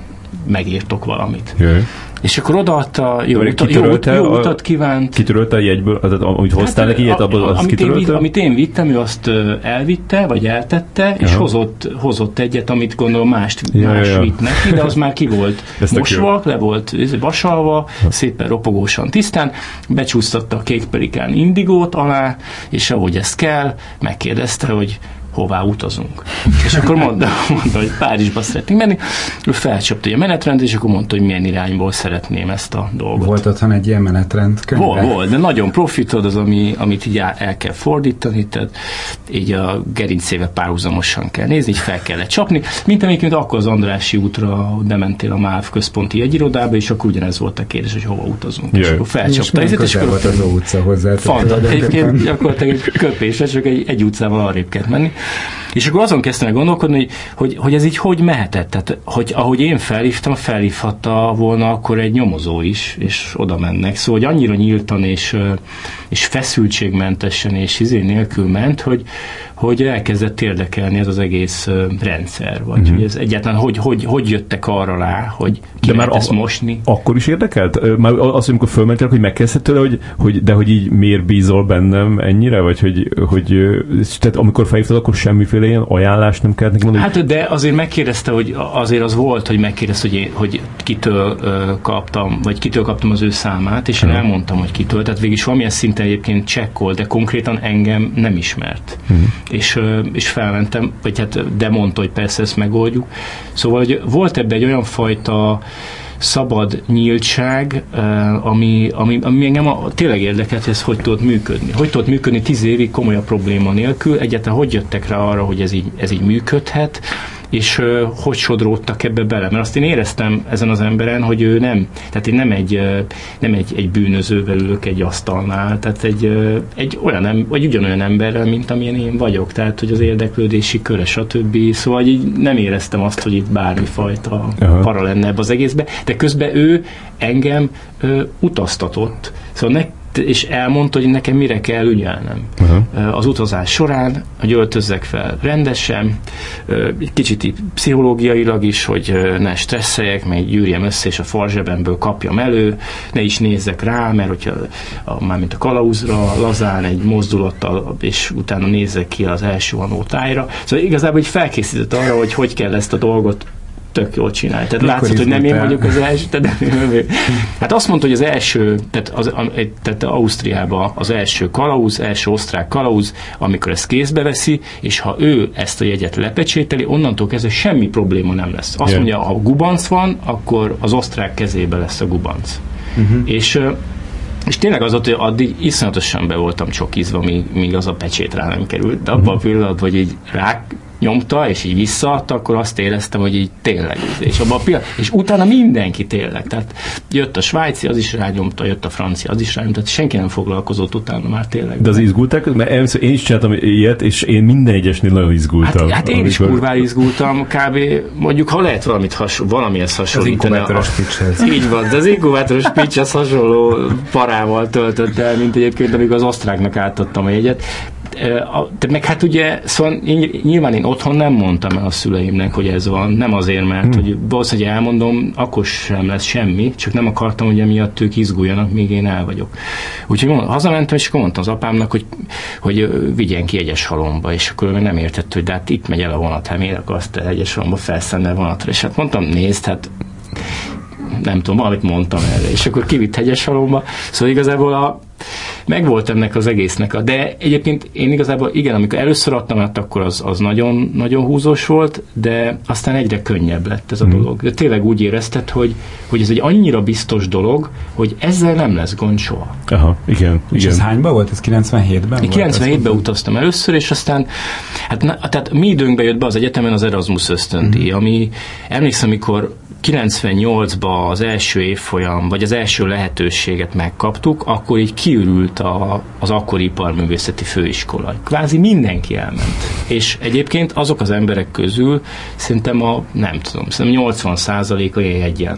megírtok valamit. Jaj. És akkor odaadta, jó, uta, jó, ut, jó utat kívánt. Kitörölte a jegyből, az, amit hoztál hát, neki ilyet, abból az amit kitörölte? Én, amit én vittem, ő azt elvitte, vagy eltette, és hozott, hozott egyet, amit gondolom mást, ja, más ja. vitt neki, de az már ki volt mosva, le volt vasalva, szépen ropogósan tisztán, becsúsztatta a kék pelikán indigót alá, és ahogy ezt kell, megkérdezte, hogy hová utazunk. És akkor mondta, mondta, hogy Párizsba szeretnénk menni, ő felcsapta a menetrend, és akkor mondta, hogy milyen irányból szeretném ezt a dolgot. Volt otthon egy ilyen menetrend könyve? Volt, volt, de nagyon profitod az, ami, amit így el kell fordítani, tehát így a gerincével párhuzamosan kell nézni, így fel kellett csapni, mint amikor akkor az Andrássy útra bementél a MÁV központi jegyirodába, és akkor ugyanez volt a kérdés, hogy hova utazunk. Jaj. És akkor felcsapta. És, és akkor volt az utca hozzá. Fantad, egyébként gyakorlatilag egy köpésre, csak egy, egy utcával arrébb kellett menni. És akkor azon kezdtem el gondolkodni, hogy, hogy, hogy ez így hogy mehetett. Tehát, hogy ahogy én felhívtam, felhívhatta volna akkor egy nyomozó is, és oda mennek. Szóval, hogy annyira nyíltan és, és feszültségmentesen és izé nélkül ment, hogy, hogy elkezdett érdekelni ez az egész rendszer. Vagy mm-hmm. hogy ez egyáltalán hogy, hogy, hogy jöttek arra rá, hogy ki de lehet ezt mosni. Akkor is érdekelt? Már azt, amikor fölmentek, hogy megkezdett tőle, hogy, hogy, de hogy így miért bízol bennem ennyire? Vagy hogy, hogy tehát amikor felhívtad, akkor semmiféle ilyen ajánlást nem kellett neki mondani? Hát de azért megkérdezte, hogy azért az volt, hogy megkérdezte, hogy, én, hogy kitől uh, kaptam, vagy kitől kaptam az ő számát, és én hmm. elmondtam, hogy kitől. Tehát végig is valamilyen szinten egyébként csekkol, de konkrétan engem nem ismert. Hmm. És, uh, és felmentem, vagy hát de mondta, hogy persze ezt megoldjuk. Szóval, hogy volt ebben egy olyan fajta szabad nyíltság, ami, ami, ami engem a, tényleg érdekelt, hogy ez hogy tudott működni. Hogy tudott működni tíz évig komolyabb probléma nélkül, egyáltalán hogy jöttek rá arra, hogy ez így, ez így működhet, és uh, hogy sodródtak ebbe bele. Mert azt én éreztem ezen az emberen, hogy ő nem, tehát én nem egy, uh, nem egy, egy bűnözővel ülök egy asztalnál, tehát egy, uh, egy olyan, vagy ugyanolyan emberrel, mint amilyen én vagyok, tehát hogy az érdeklődési köre, stb. Szóval így nem éreztem azt, hogy itt bármifajta uh-huh. para lenne ebbe az egészbe, de közben ő engem uh, utaztatott. Szóval ne, és elmondta, hogy nekem mire kell ügyelnem. Uh-huh. Az utazás során, hogy öltözzek fel rendesen, egy kicsit így pszichológiailag is, hogy ne stresszeljek, meg gyűrjem össze, és a farzsebemből kapjam elő, ne is nézzek rá, mert hogyha a, mármint a kalauzra lazán egy mozdulattal, és utána nézzek ki az első vonótájra. Szóval igazából így felkészített arra, hogy hogy kell ezt a dolgot tök jól csinálni. Tehát látszott, hogy nem én vagyok az első. Tehát, hát azt mondta, hogy az első, tehát, az, tehát Ausztriában az első kalauz, első osztrák kalauz, amikor ezt kézbe veszi, és ha ő ezt a jegyet lepecsételi, onnantól kezdve semmi probléma nem lesz. Azt yeah. mondja, ha gubanc van, akkor az osztrák kezébe lesz a gubanc. Uh-huh. És És tényleg az ott, hogy addig iszonyatosan be voltam csokizva, míg, míg az a pecsét rá nem került, de abban a pillanatban, hogy így rá nyomta, és így visszaadta, akkor azt éreztem, hogy így tényleg. És, abban a pillanat, és utána mindenki tényleg. Tehát jött a svájci, az is rányomta, jött a francia, az is rányomta, tehát senki nem foglalkozott utána már tényleg. De az izgulták? Mert én is csináltam ilyet, és én minden egyesnél nagyon izgultam. Hát, hát én amikor... is kurvára izgultam, kb. Mondjuk, ha lehet valamit has, valamihez hasonlítani. Az inkubatoros pitchhez. Így van, de az inkubatoros pitchhez hasonló parával töltött el, mint egyébként, amikor az osztráknak átadtam a jegyet. De meg hát ugye, szóval én, nyilván én otthon nem mondtam el a szüleimnek, hogy ez van, nem azért, mert hmm. hogy valószínűleg elmondom, akkor sem lesz semmi, csak nem akartam, hogy emiatt ők izguljanak, míg én el vagyok. Úgyhogy mondom, hazamentem, és akkor mondtam az apámnak, hogy, hogy vigyen ki Egyeshalomba, és akkor ő nem értett, hogy de hát itt megy el a vonat, hát miért akarsz te Egyeshalomba felszállni a vonatra, és hát mondtam, nézd, hát nem tudom, valamit mondtam erre, és akkor kivitt Egyeshalomba, szóval igazából a megvolt ennek az egésznek. A, de egyébként én igazából, igen, amikor először adtam át, akkor az, az nagyon, nagyon húzós volt, de aztán egyre könnyebb lett ez a dolog. De tényleg úgy érezted, hogy, hogy ez egy annyira biztos dolog, hogy ezzel nem lesz gond soha. Aha, igen. És igen. ez hányban volt? Ez kilencvenhétben Én kilencvenhétben utaztam először, és aztán hát, na, tehát mi időnkbe jött be az egyetemen az Erasmus ösztöndíj, mm. ami emlékszem, amikor kilencvennyolcban az első évfolyam, vagy az első lehetőséget megkaptuk, akkor így kiürült a, az akkori iparművészeti főiskola. Kvázi mindenki elment. És egyébként azok az emberek közül szerintem a, nem tudom, szerintem nyolcvan százaléka jeggyel ment.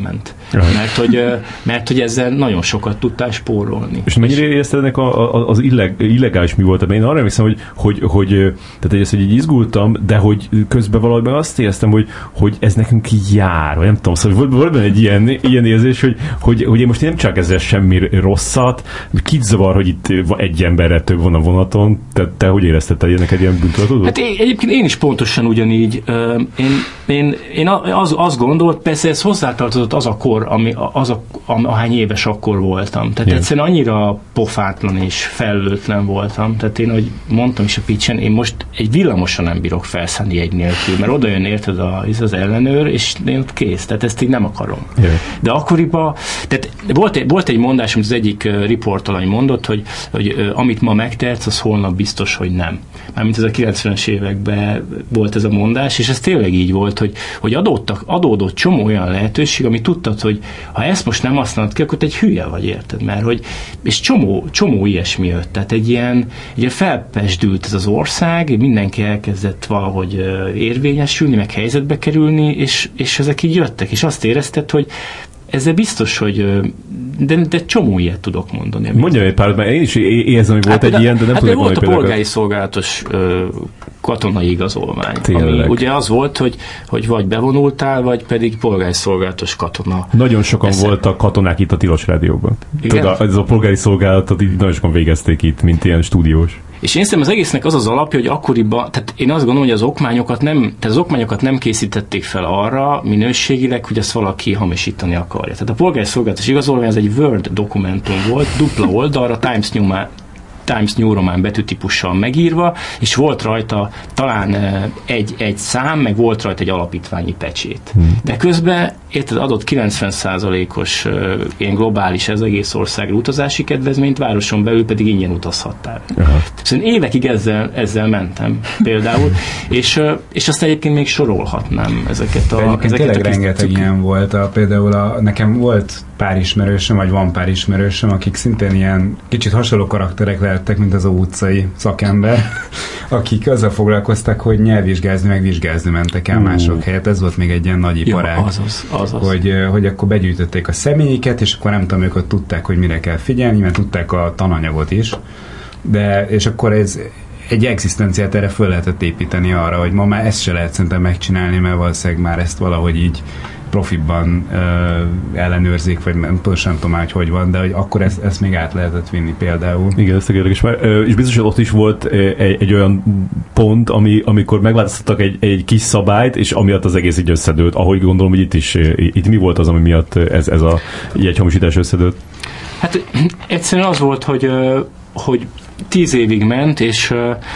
mert hogy, mert hogy ezzel nagyon sokat tudtál spórolni. És mennyire érezted ennek a, a, az illeg, illegális mi volt? Én arra emlékszem, hogy, hogy, hogy, tehát ezt, hogy így izgultam, de hogy közben valamiben azt éreztem, hogy, hogy ez nekünk jár, vagy nem tudom, szóval volt, volt benne egy ilyen, ilyen érzés, hogy, hogy, hogy én most nem csak ezzel semmi rosszat, kit zavar, hogy itt egy emberre több van a vonaton, te, te hogy érezted, te ennek egy ilyen bűntudatot? Hát én, egyébként én is pontosan ugyanígy. Én, én, én az, azt gondolt, persze ez hozzátartozott az a kor, ami, az a, ahány éves akkor voltam. Tehát yeah. egyszerűen annyira pofátlan és fellőtlen voltam. Tehát én, ahogy mondtam is a pitchen, én most egy villamosan nem bírok felszállni egy nélkül, mert oda jön érted az, az ellenőr, és én ott kész. Tehát ezt így nem akarom. Yeah. De akkoriban, tehát volt, volt egy mondás, amit az egyik riportalany mondott, hogy, hogy amit ma megtehetsz, az holnap biztos, hogy nem. Mármint ez a kilencvenes években volt ez a mondás, és ez tényleg így volt, hogy, hogy adódtak, adódott csomó olyan lehetőség, ami tudtad, hogy ha ezt most nem használod ki, akkor te egy hülye vagy, érted? Mert hogy, és csomó, csomó ilyesmi jött. Tehát egy ilyen, egy ilyen felpesdült ez az ország, mindenki elkezdett valahogy érvényesülni, meg helyzetbe kerülni, és, és ezek így jöttek, és azt érezted, hogy ezzel biztos, hogy de, de csomó ilyet tudok mondani. Mondjam egy párat, mert én is érzem, hogy volt hát, egy ilyen, de nem hát tudok mondani volt a polgári szolgálatos ö, katonai igazolvány. Tényleg. Ami ugye az volt, hogy, hogy vagy bevonultál, vagy pedig polgári szolgálatos katona. Nagyon sokan Eszem. voltak katonák itt a Tilos Rádióban. Tudod, ez a polgári szolgálatot így nagyon sokan végezték itt, mint ilyen stúdiós. És én szerintem az egésznek az az alapja, hogy akkoriban, tehát én azt gondolom, hogy az okmányokat nem, tehát az okmányokat nem készítették fel arra minőségileg, hogy ezt valaki hamisítani akarja. Tehát a polgári szolgálatos igazolvány az egy Word dokumentum volt, dupla oldalra, Times New Times New Roman betűtípussal megírva, és volt rajta talán egy, egy szám, meg volt rajta egy alapítványi pecsét. Hmm. De közben érted, adott kilencven százalékos uh, ilyen globális ez egész országra utazási kedvezményt, városon belül pedig ingyen utazhattál. Uh-huh. Szóval évekig ezzel, ezzel mentem például, és, uh, és azt egyébként még sorolhatnám ezeket a... Egyébként ezeket tényleg a rengeteg ilyen volt. A, például a, nekem volt pár ismerősöm, vagy van pár ismerősöm, akik szintén ilyen kicsit hasonló karakterek lehettek, mint az a utcai szakember, akik azzal foglalkoztak, hogy nyelvvizsgázni, meg vizsgázni mentek el uh. mások helyett. Ez volt még egy ilyen nagy iparág. Ja, azaz, azaz. Hogy, hogy akkor begyűjtötték a személyiket, és akkor nem tudom, ők ott tudták, hogy mire kell figyelni, mert tudták a tananyagot is. De, és akkor ez egy egzisztenciát erre föl lehetett építeni arra, hogy ma már ezt se lehet szerintem megcsinálni, mert valószínűleg már ezt valahogy így profibban uh, ellenőrzik, vagy nem, pontosan nem tudom, hogy hogy van, de hogy akkor ezt, ezt még át lehetett vinni például. Igen, ezt érdekes. És biztos, hogy ott is volt egy, egy olyan pont, ami, amikor megváltoztattak egy, egy kis szabályt, és amiatt az egész így összedőlt. Ahogy gondolom, hogy itt is, itt mi volt az, ami miatt ez, ez a jegyhamisítás összedőlt? Hát egyszerűen az volt, hogy, hogy tíz évig ment, és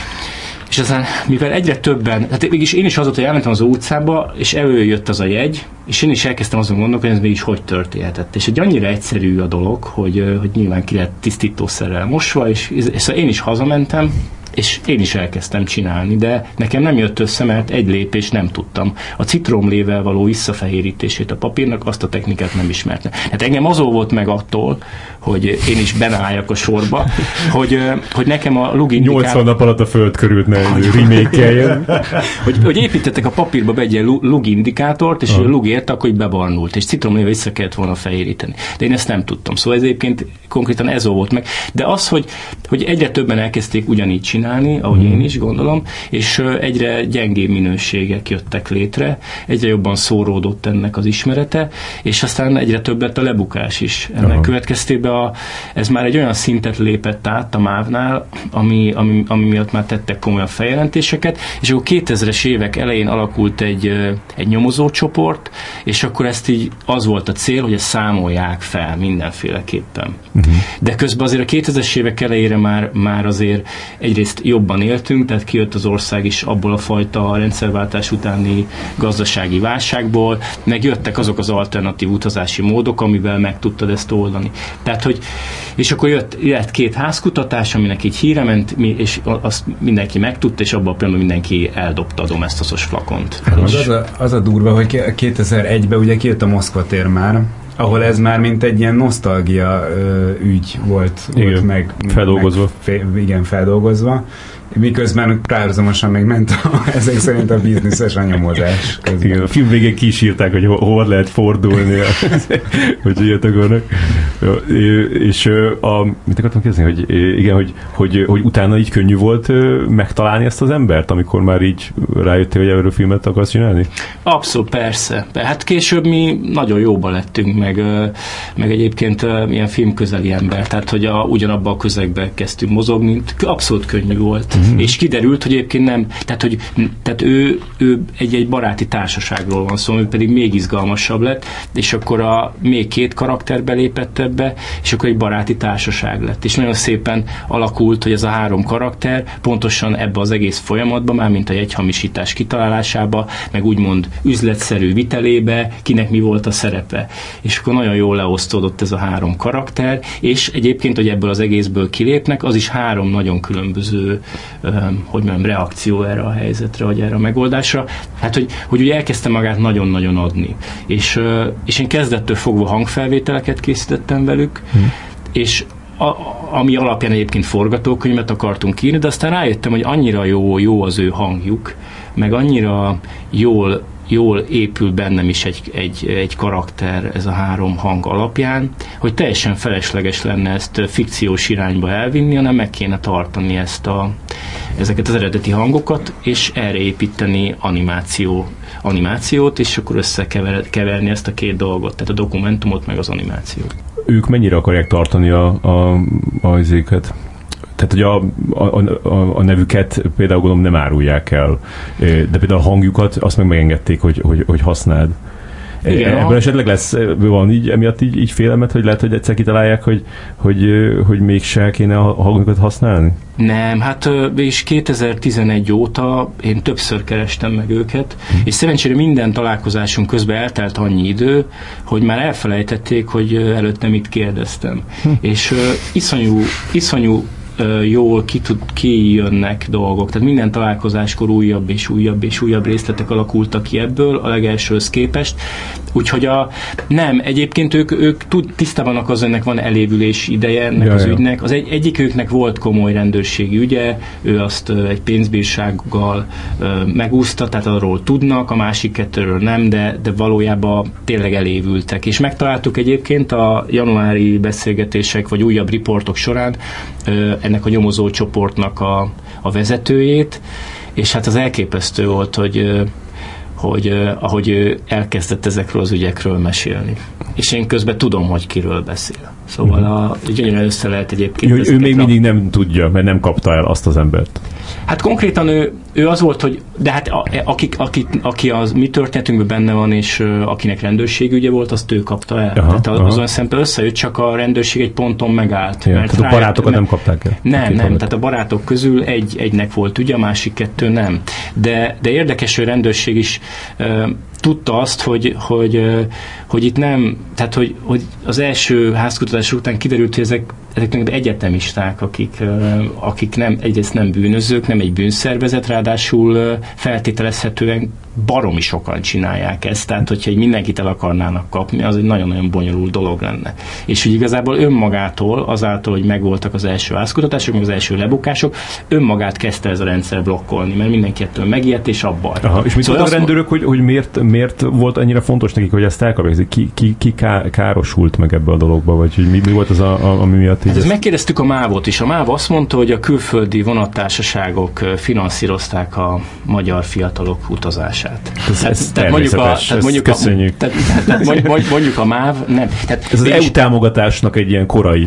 és aztán, mivel egyre többen, hát mégis én is az volt, hogy elmentem az utcába, és előjött az a jegy, és én is elkezdtem azon gondolkodni, hogy ez mégis hogy történhetett. És egy annyira egyszerű a dolog, hogy, hogy nyilván ki lett tisztítószerrel mosva, és, és én is hazamentem, és én is elkezdtem csinálni, de nekem nem jött össze, mert egy lépés nem tudtam. A citromlével való visszafehérítését a papírnak, azt a technikát nem ismertem. Hát engem azó volt meg attól, hogy én is benálljak a sorba, hogy, hogy nekem a lug indikátor... nyolcvan nap alatt a föld körült ne remake-keljen. hogy, hogy építettek a papírba be egy ilyen lug indikátort, és ah. a lug érte, akkor így bebarnult, és citromlével vissza kellett volna fehéríteni. De én ezt nem tudtam. Szóval ez egyébként konkrétan ez volt meg. De az, hogy, hogy egyre többen elkezdték ugyanígy csinálni, ahogy hmm. én is gondolom, és egyre gyengébb minőségek jöttek létre, egyre jobban szóródott ennek az ismerete, és aztán egyre több lett a lebukás is. Ennek Aha. következtében a, ez már egy olyan szintet lépett át a mávnál, ami, ami, ami miatt már tettek komolyan feljelentéseket, és akkor kétezres évek elején alakult egy, egy nyomozócsoport, és akkor ezt így az volt a cél, hogy ezt számolják fel mindenféleképpen. Uh-huh. De közben azért a kétezres évek elejére már, már azért egyrészt jobban éltünk, tehát kijött az ország is abból a fajta rendszerváltás utáni gazdasági válságból, meg jöttek azok az alternatív utazási módok, amivel meg tudtad ezt oldani. Tehát, hogy, és akkor jött, jött két házkutatás, aminek így híre ment, és azt mindenki megtudta, és abban a pillanatban mindenki eldobta a domesztoszos flakont. Az, az, a, az a durva, hogy kétezer egyben ugye kijött a Moszkva tér már, ahol ez már mint egy ilyen nosztalgia ö, ügy volt, volt meg feldolgozva. Meg, igen, feldolgozva. Miközben párhuzamosan még ment a, ezek szerint a bizniszes a nyomozás. Igen, a film végén kísírták, hogy ho- hova lehet fordulni, hogy ilyet akarnak. És a, mit akartam kérdezni, hogy igen, hogy, hogy, hogy utána így könnyű volt megtalálni ezt az embert, amikor már így rájöttél, hogy erről filmet akarsz csinálni? Abszolút, persze. Hát később mi nagyon jóba lettünk, meg, meg egyébként ilyen filmközeli ember, tehát hogy a, ugyanabban a közegben kezdtünk mozogni, abszolút könnyű volt. Mm-hmm. És kiderült, hogy egyébként nem, tehát, hogy, tehát ő, ő egy, egy baráti társaságról van szó, ő pedig még izgalmasabb lett, és akkor a, még két karakter belépett ebbe, és akkor egy baráti társaság lett. És nagyon szépen alakult, hogy ez a három karakter pontosan ebbe az egész folyamatban, már mint a jegyhamisítás kitalálásába, meg úgymond üzletszerű vitelébe, kinek mi volt a szerepe. És akkor nagyon jól leosztódott ez a három karakter, és egyébként, hogy ebből az egészből kilépnek, az is három nagyon különböző hogy mondjam, reakció erre a helyzetre, vagy erre a megoldásra. Hát, hogy, hogy ugye elkezdte magát nagyon-nagyon adni. És, és én kezdettől fogva hangfelvételeket készítettem velük, hmm. és a, ami alapján egyébként forgatókönyvet akartunk írni, de aztán rájöttem, hogy annyira jó, jó az ő hangjuk, meg annyira jól jól épül bennem is egy, egy, egy karakter ez a három hang alapján, hogy teljesen felesleges lenne ezt fikciós irányba elvinni, hanem meg kéne tartani ezt a, ezeket az eredeti hangokat, és erre építeni animáció, animációt, és akkor összekeverni ezt a két dolgot, tehát a dokumentumot meg az animációt. Ők mennyire akarják tartani a, a, a izéket? Tehát, hogy a, a, a, a nevüket például gondolom nem árulják el, de például a hangjukat azt meg megengedték, hogy, hogy, hogy használd. Igen, ebből esetleg lesz, van így, emiatt így, így félelmet, hogy lehet, hogy egyszer kitalálják, hogy, hogy, hogy mégse kéne a hangjukat használni? Nem, hát és kétezer-tizenegy óta én többször kerestem meg őket, hm. és szerencsére minden találkozásunk közben eltelt annyi idő, hogy már elfelejtették, hogy előtte mit kérdeztem. Hm. És uh, iszonyú, iszonyú jól kijönnek dolgok. Tehát minden találkozáskor újabb és újabb és újabb részletek alakultak ki ebből a legelsőhöz képest. Úgyhogy a, nem, egyébként ők, ők tud, tisztában vannak az, ennek van elévülési ideje ennek ja, az ja. ügynek. Az egy, egyikőknek volt komoly rendőrségi ügye, ő azt egy pénzbírsággal megúszta, tehát arról tudnak, a másik kettőről nem, de, de valójában tényleg elévültek. És megtaláltuk egyébként a januári beszélgetések vagy újabb riportok során ennek a nyomozó csoportnak a, a vezetőjét, és hát az elképesztő volt, hogy, hogy ahogy ő elkezdett ezekről az ügyekről mesélni. És én közben tudom, hogy kiről beszél. Szóval a, gyönyörűen össze lehet egyébként. Ő, ő még mindig nem tudja, mert nem kapta el azt az embert. Hát konkrétan ő, ő az volt, hogy de hát a, aki, aki, aki az mi történetünkben benne van, és uh, akinek rendőrségügye volt, azt ő kapta el. Aha, tehát aha. azon szemben összejött, csak a rendőrség egy ponton megállt. Ja, mert tehát a barátokat nem kapták el? Nem, nem, nem tehát a barátok közül egy, egynek volt ügye, a másik kettő nem. De, de érdekes, hogy a rendőrség is uh, tudta azt, hogy, hogy, hogy itt nem, tehát hogy, hogy az első házkutatás után kiderült, hogy ezek, ezek egyetemisták, akik, akik nem, egyrészt nem bűnözők, nem egy bűnszervezet, ráadásul feltételezhetően baromi sokan csinálják ezt, tehát hogyha egy mindenkit el akarnának kapni, az egy nagyon-nagyon bonyolult dolog lenne. És hogy igazából önmagától, azáltal, hogy megvoltak az első házkutatások, meg az első lebukások, önmagát kezdte ez a rendszer blokkolni, mert mindenki ettől megijedt, és abban. Aha, és mit szóval mondtak a rendőrök, hogy, hogy miért, miért volt annyira fontos nekik, hogy ezt elkapják? Ki, ki, ki károsult meg ebbe a dologba, vagy hogy mi, mi volt az, a, a, ami miatt így? Hát ezt megkérdeztük a mávot is. A máv azt mondta, hogy a külföldi vonattársaságok finanszírozták a magyar fiatalok utazását. Ez, tehát, ez tehát mondjuk a, tehát mondjuk köszönjük. A, tehát, tehát mondjuk, mondjuk a máv, nem. Tehát ez az é u támogatásnak egy ilyen korai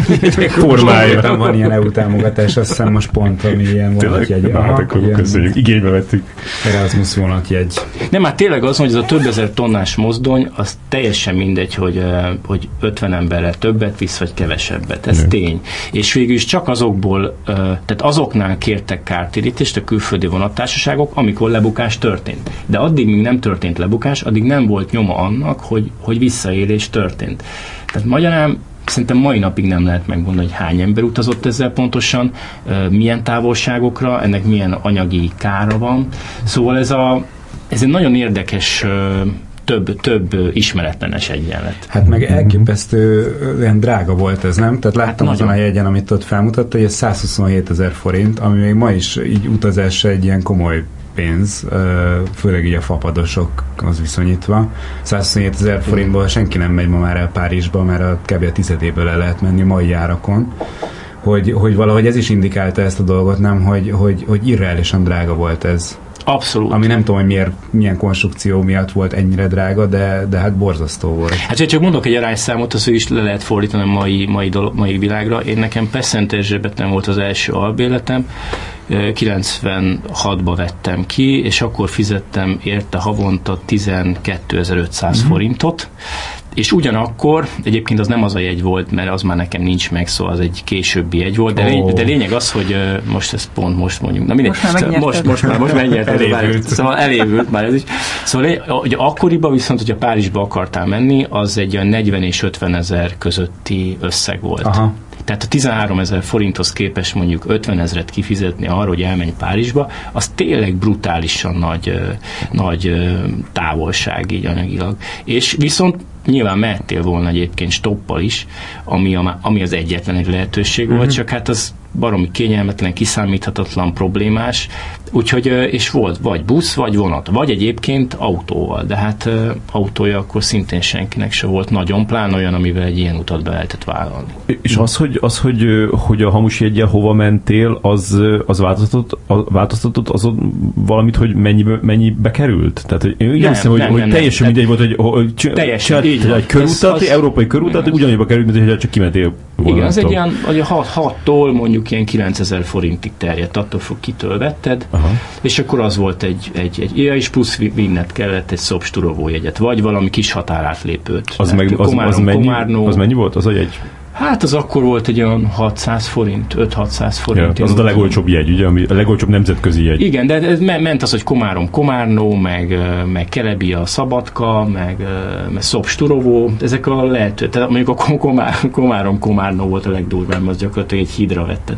formája. Van ilyen é u támogatás, azt hiszem most pont, ami ilyen vonatjegy. Hát akkor köszönjük. Igénybe vettük. Erasmus vonatjegy. Nem, hát tényleg az, hogy ez a több ezer tonnás mozdony, az teljesen mindegy, hogy, hogy ötven emberrel többet visz, vagy kevesebbet. Ez ne. tény. És végül is csak azokból, tehát azoknál kértek kártérítést a külföldi vonattársaságok, amikor lebukás történt. De addig, míg nem történt lebukás, addig nem volt nyoma annak, hogy, hogy visszaélés történt. Tehát magyarán szerintem mai napig nem lehet megmondani, hogy hány ember utazott ezzel pontosan, milyen távolságokra, ennek milyen anyagi kára van. Szóval ez, a, ez egy nagyon érdekes több, több ismeretlenes egyenlet. Hát meg elképesztő ilyen drága volt ez, nem? Tehát láttam hát azon a jegyen, amit ott felmutatta, hogy ez százhuszonhétezer forint, ami még ma is így utazásra egy ilyen komoly pénz, főleg így a fapadosokhoz viszonyítva. százhuszonhétezer forintból senki nem megy ma már el Párizsba, mert a kb. A tizedéből el lehet menni mai árakon. Hogy, hogy valahogy ez is indikálta ezt a dolgot, nem? Hogy, hogy, hogy irreálisan drága volt ez. Abszolút. Ami nem tudom, hogy miért, milyen konstrukció miatt volt ennyire drága, de, de hát borzasztó volt. Hát, hogy csak mondok egy arányszámot, az is le lehet fordítani a mai, mai, dolog, mai világra. Én nekem Passzent Erzsébeten volt az első albérletem, kilencvenhatban vettem ki, és akkor fizettem érte havonta tizenkétezer-ötszáz mm-hmm. forintot, és ugyanakkor, egyébként az nem az a jegy volt, mert az már nekem nincs meg, szóval az egy későbbi jegy volt, de, oh. lény, de lényeg az, hogy uh, most ezt pont most mondjuk, na mindegy, most már most, most már, most megnyert, elévült. Szóval elévült már ez is. Szóval hogy akkoriban viszont, hogyha Párizsba akartál menni, az egy olyan negyven és ötven ezer közötti összeg volt. Aha. Tehát a tizenháromezer forinthoz képest mondjuk ötvenezret kifizetni arra, hogy elmenj Párizsba, az tényleg brutálisan nagy, nagy távolság így anyagilag. És viszont nyilván mehettél volna egyébként stoppal is, ami, a, ami az egyetlen egy lehetőség volt, uh-huh. csak hát az baromi kényelmetlen, kiszámíthatatlan, problémás, úgyhogy, és volt vagy busz, vagy vonat, vagy egyébként autóval, de hát autója akkor szintén senkinek se volt nagyon, plán olyan, amivel egy ilyen utat be lehetett vállalni. És az, hogy, az, hogy, hogy a hamus jeggyel hova mentél, az, az változtatott, változtatott azon valamit, hogy mennyibe, mennyibe került? Tehát én úgy nem, hiszem, hogy, nem, hogy nem, teljesen nem. mindegy volt, hogy, hogy teljesen, egy körutat, egy európai körutat, ugyanannyiba került, mint hogy csak kimentél volna. Igen, az egy ilyen, hogy hattól mondjuk ilyen kilencezer forintig terjedt, attól fog kitől vetted, aha. és akkor az volt egy, egy, egy ja, és plusz vinned kellett egy Szobsturovó jegyet, vagy valami kis határátlépőt. Az, meg, az, Komárom, az, mennyi, az mennyi volt? Az a jegy? Hát az akkor volt egy olyan hatszáz forint, öt-hatszáz forint. Ja, az a legolcsóbb jegy, ugye? Ami a legolcsóbb nemzetközi jegy. Igen, de ez ment az, hogy Komárom, Komárnó, meg, meg Kelebia, Szabadka, meg, meg Szobsturovó, ezek a lehető, tehát mondjuk a Komárom, Komárom, Komárnó volt a legdurvább, az gyakorlatilag egy hídra vetted.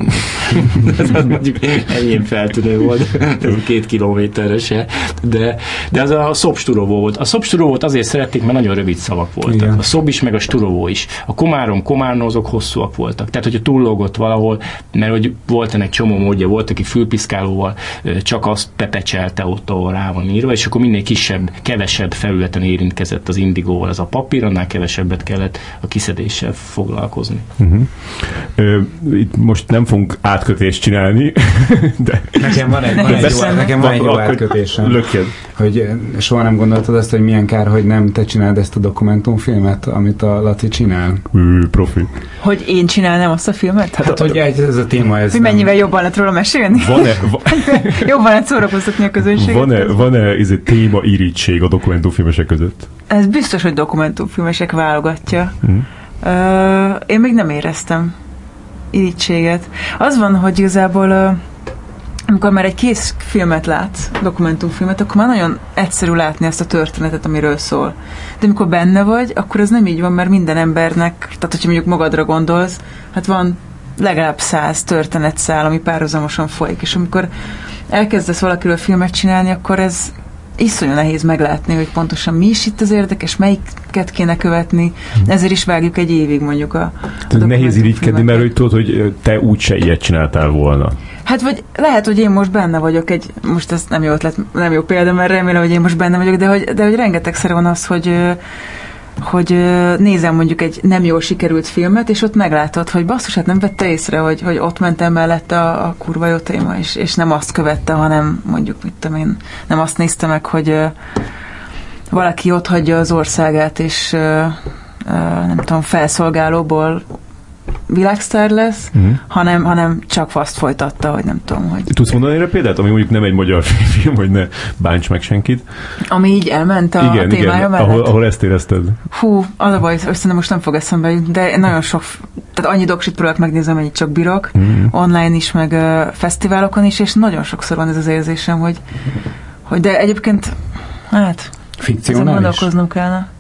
Ez mondjuk enyém feltűnő volt, két kilométerre se, de, de az a Szobsturovó volt. A Szobsturovót azért szerették, mert nagyon rövid szavak voltak. Igen. A Szob is, meg a Sturovó is. A Komárom, Komárnó azok hosszúak voltak. Tehát, hogyha túllógott valahol, mert hogy volt ennek csomó módja, volt, aki fülpiszkálóval csak azt pepecselte ott, ahol rá van írva, és akkor minél kisebb, kevesebb felületen érintkezett az indigóval az a papír, annál kevesebbet kellett a kiszedéssel foglalkozni. Uh-huh. Ö, itt most nem fogunk átkötést csinálni, de... Nekem van egy, van egy, jó, nekem van egy jó átkötésem. Lökjed. Hogy soha nem gondoltad azt, hogy milyen kár, hogy nem te csináld ezt a dokumentumfilmet, amit a Laci csinál? Ő, profi. Hogy én csinálnám azt a filmet? Hát, hát hogy ez a téma, ez hogy mennyivel jobban lehet róla mesélni? Van-e, va- jobban lehet szórakoztatni a közönséget? Van-e, van-e ez egy téma irítség a dokumentumfilmesek között? Ez biztos, hogy dokumentumfilmesek válogatja. Mm. Uh, én még nem éreztem irítséget. Az van, hogy igazából uh, amikor már egy kész filmet látsz, dokumentumfilmet, akkor már nagyon egyszerű látni ezt a történetet, amiről szól. De amikor benne vagy, akkor ez nem így van, mert minden embernek, tehát hogyha mondjuk magadra gondolsz, hát van legalább száz történetszál, ami párhuzamosan folyik, és amikor elkezdesz valakiről filmet csinálni, akkor ez iszonyú nehéz meglátni, hogy pontosan mi is itt az érdekes, melyiket kéne követni, ezért is vágjuk egy évig mondjuk a, a nehéz irigykedni, mert hogy tudod, hogy te úgyse ilyet csináltál volna. Hát vagy lehet, hogy én most benne vagyok egy, most ez nem jó ötlet, nem jó példa, mert remélem, hogy én most benne vagyok, de hogy, de hogy rengetegszer van az, hogy hogy nézem mondjuk egy nem jól sikerült filmet, és ott meglátod, hogy basszus, hát nem vette észre, hogy, hogy ott mentem mellette a, a kurva jó téma, és, és nem azt követte, hanem mondjuk, mit tudom én, nem azt nézte meg, hogy uh, valaki ott hagyja az országát, és uh, uh, nem tudom, felszolgálóból világsztár lesz, uh-huh. hanem, hanem csak azt folytatta, hogy nem tudom, hogy... Tudsz mondani erre példát, ami mondjuk nem egy magyar film, hogy ne bánts meg senkit? Ami így elment a, igen, a témája igen, mellett? Ahol, ahol ezt érezted. Hú, az a baj, össze most nem fog eszembe jutni, de nagyon sok, tehát annyi doksit próbálok megnézni, amennyit csak bírok, uh-huh. online is, meg uh, fesztiválokon is, és nagyon sokszor van ez az érzésem, hogy, hogy de egyébként, hát... Fikcionális? Ezen gondolkoznom kellene.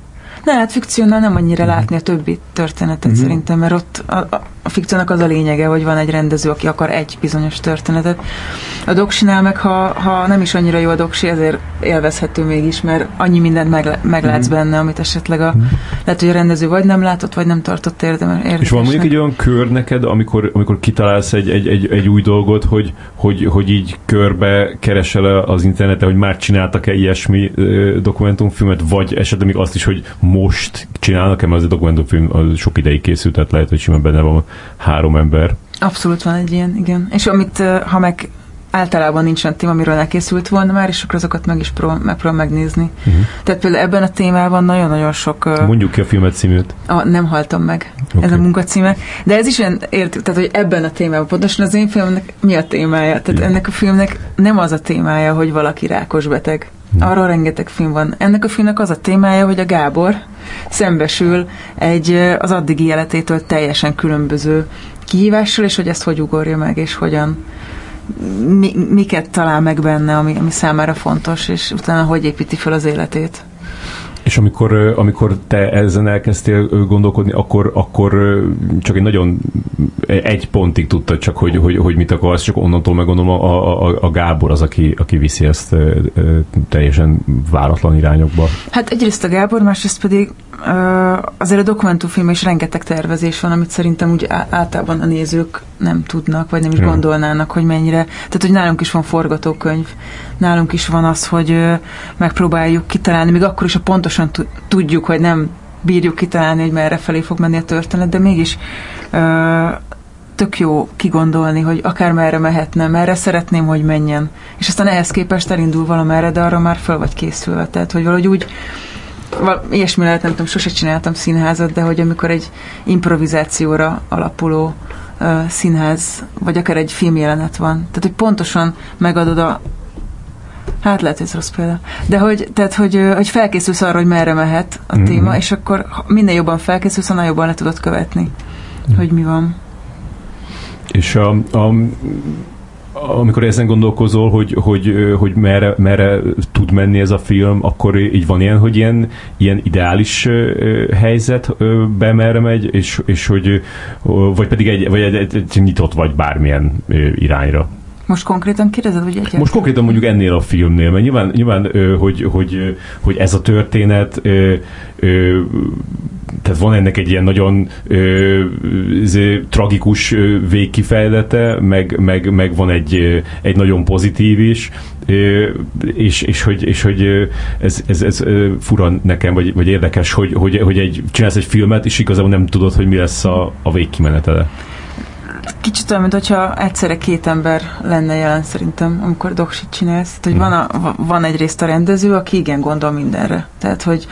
Ne, hát fikciónál nem annyira látni a többi történetet uh-huh. szerintem, mert ott a, a, a fikciónak az a lényege, hogy van egy rendező, aki akar egy bizonyos történetet. A doksinál meg, ha, ha nem is annyira jó a doksi, ezért élvezhető mégis, mert annyi mindent meg, meglátsz uh-huh. benne, amit esetleg a, uh-huh. lehet, hogy a rendező vagy nem látott, vagy nem tartott érdemesnek. És van mondjuk egy olyan kör neked, amikor, amikor kitalálsz egy, egy, egy, egy új dolgot, hogy, hogy, hogy így körbe keresel az interneten, hogy már csináltak-e ilyesmi ö, dokumentumfilmet, vagy esetleg még azt is, hogy most csinálnak-e, mert az a dokumentumfilm az sok ideig készült, tehát lehet, hogy simán benne van három ember. Abszolút van egy ilyen, igen. És amit, ha meg általában nincsen téma, amiről elkészült volna már, és akkor azokat meg is pró- megpróbálom megnézni. Uh-huh. Tehát például ebben a témában nagyon-nagyon sok... Mondjuk ki a filmet címét. A, nem haltam meg. Okay. Ez a munkacíme. De ez is olyan értük, tehát hogy ebben a témában, pontosan az én filmnek mi a témája? Tehát yeah. ennek a filmnek nem az a témája, hogy valaki rákos beteg. Hmm. Arról rengeteg film van. Ennek a filmnek az a témája, hogy a Gábor szembesül egy az addigi életétől teljesen különböző kihívással, és hogy ezt hogy ugorja meg, és hogyan mi, miket talál meg benne, ami, ami számára fontos, és utána hogy építi fel az életét. És amikor, amikor te ezen elkezdtél gondolkodni, akkor, akkor csak egy nagyon egy pontig tudtad csak, hogy, hogy, hogy mit akarsz, csak onnantól meg gondolom a, a, a Gábor az, aki, aki viszi ezt teljesen váratlan irányokba. Hát egyrészt a Gábor, másrészt pedig azért a dokumentumfilm is rengeteg tervezés van, amit szerintem úgy általában a nézők nem tudnak, vagy nem is hmm. gondolnának, hogy mennyire. Tehát, hogy nálunk is van forgatókönyv, nálunk is van az, hogy megpróbáljuk kitalálni, még akkor is, ha pontosan tudjuk, hogy nem bírjuk kitalálni, hogy merre felé fog menni a történet, de mégis tök jó kigondolni, hogy akár merre mehetne, merre szeretném, hogy menjen. És aztán ehhez képest elindul valamerre, de arra már föl vagy készülve. Tehát, hogy valahogy úgy val- ilyesmi lehet, nem tudom, sose csináltam színházat, de hogy amikor egy improvizációra alapuló uh, színház, vagy akár egy filmjelenet van. Tehát, hogy pontosan megadod a hát lehet, hogy ez rossz példa. De hogy, tehát, hogy, hogy felkészülsz arra, hogy merre mehet a mm-hmm. téma, és akkor minél jobban felkészülsz, annál jobban le tudod követni, mm. hogy mi van. És a, a, amikor ezen gondolkozol, hogy, hogy, hogy merre, merre tud menni ez a film, akkor így van ilyen, hogy ilyen, ilyen ideális helyzetbe merre megy, és, és hogy vagy pedig egy, vagy egy, egy, egy nyitott vagy bármilyen irányra. Most konkrétan kérdezed, hogy egyáltalán? Most konkrétan mondjuk ennél a filmnél, mert nyilván, nyilván hogy, hogy, hogy ez a történet, tehát van ennek egy ilyen nagyon tragikus végkifejlete, meg, meg, meg van egy, egy nagyon pozitív is, és, és, hogy, és hogy ez, ez, ez fura nekem, vagy, vagy érdekes, hogy, hogy, hogy egy, csinálsz egy filmet, és igazából nem tudod, hogy mi lesz a, a végkimenetele. Kicsit olyan, mint hogyha egyszerre két ember lenne jelen szerintem, amikor doksit csinálsz. Tehát, hogy van, a, van egyrészt a rendező, aki igen gondol mindenre. Tehát, hogy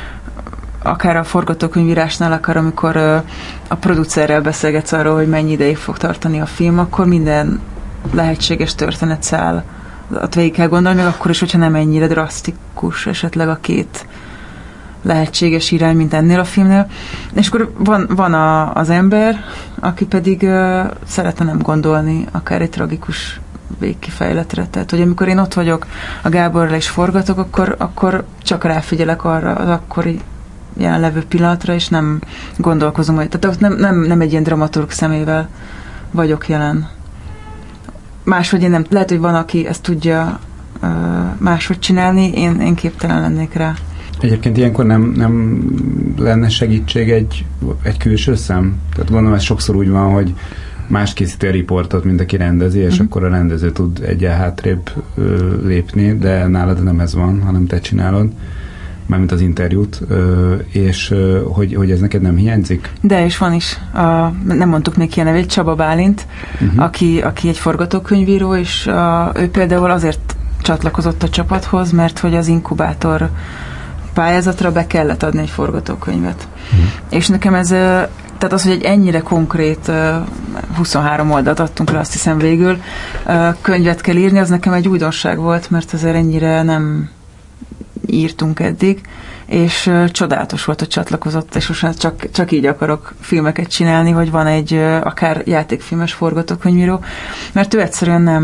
akár a forgatókönyvírásnál, akár amikor a producerrel beszélgetsz arról, hogy mennyi ideig fog tartani a film, akkor minden lehetséges történet száll. Ott végig kell gondolni, még akkor is, hogyha nem ennyire drasztikus esetleg a két lehetséges irány, mint ennél a filmnél. És akkor van, van a, az ember, aki pedig uh, szeretne nem gondolni akár egy tragikus végkifejletre. Tehát, hogy amikor én ott vagyok a Gáborral és forgatok, akkor, akkor csak ráfigyelek arra az akkori jelenlevő pillanatra, és nem gondolkozom, hogy tehát nem, nem, nem egy ilyen dramaturg szemével vagyok jelen. Máshogy én nem, lehet, hogy van, aki ezt tudja uh, máshogy csinálni, én, én képtelen lennék rá. Egyébként ilyenkor nem, nem lenne segítség egy, egy külső szem? Tehát gondolom, ez sokszor úgy van, hogy más készíti a riportot, mint aki rendezi, és mm. akkor a rendező tud egyen hátrébb ö, lépni, de nálad nem ez van, hanem te csinálod, mármint az interjút, ö, és ö, hogy, hogy ez neked nem hiányzik? De és van is. A, nem mondtuk még ki a nevét, Csaba Bálint, uh-huh. aki, aki egy forgatókönyvíró, és a, ő például azért csatlakozott a csapathoz, mert hogy az inkubátor pályázatra be kellett adni egy forgatókönyvet. Mm. És nekem ez, tehát az, hogy egy ennyire konkrét huszonhárom oldalt adtunk le, azt hiszem végül, könyvet kell írni, az nekem egy újdonság volt, mert azért ennyire nem írtunk eddig, és csodálatos volt, hogy csatlakozott, és most csak, csak így akarok filmeket csinálni, hogy van egy akár játékfilmes forgatókönyvíró, mert ő egyszerűen nem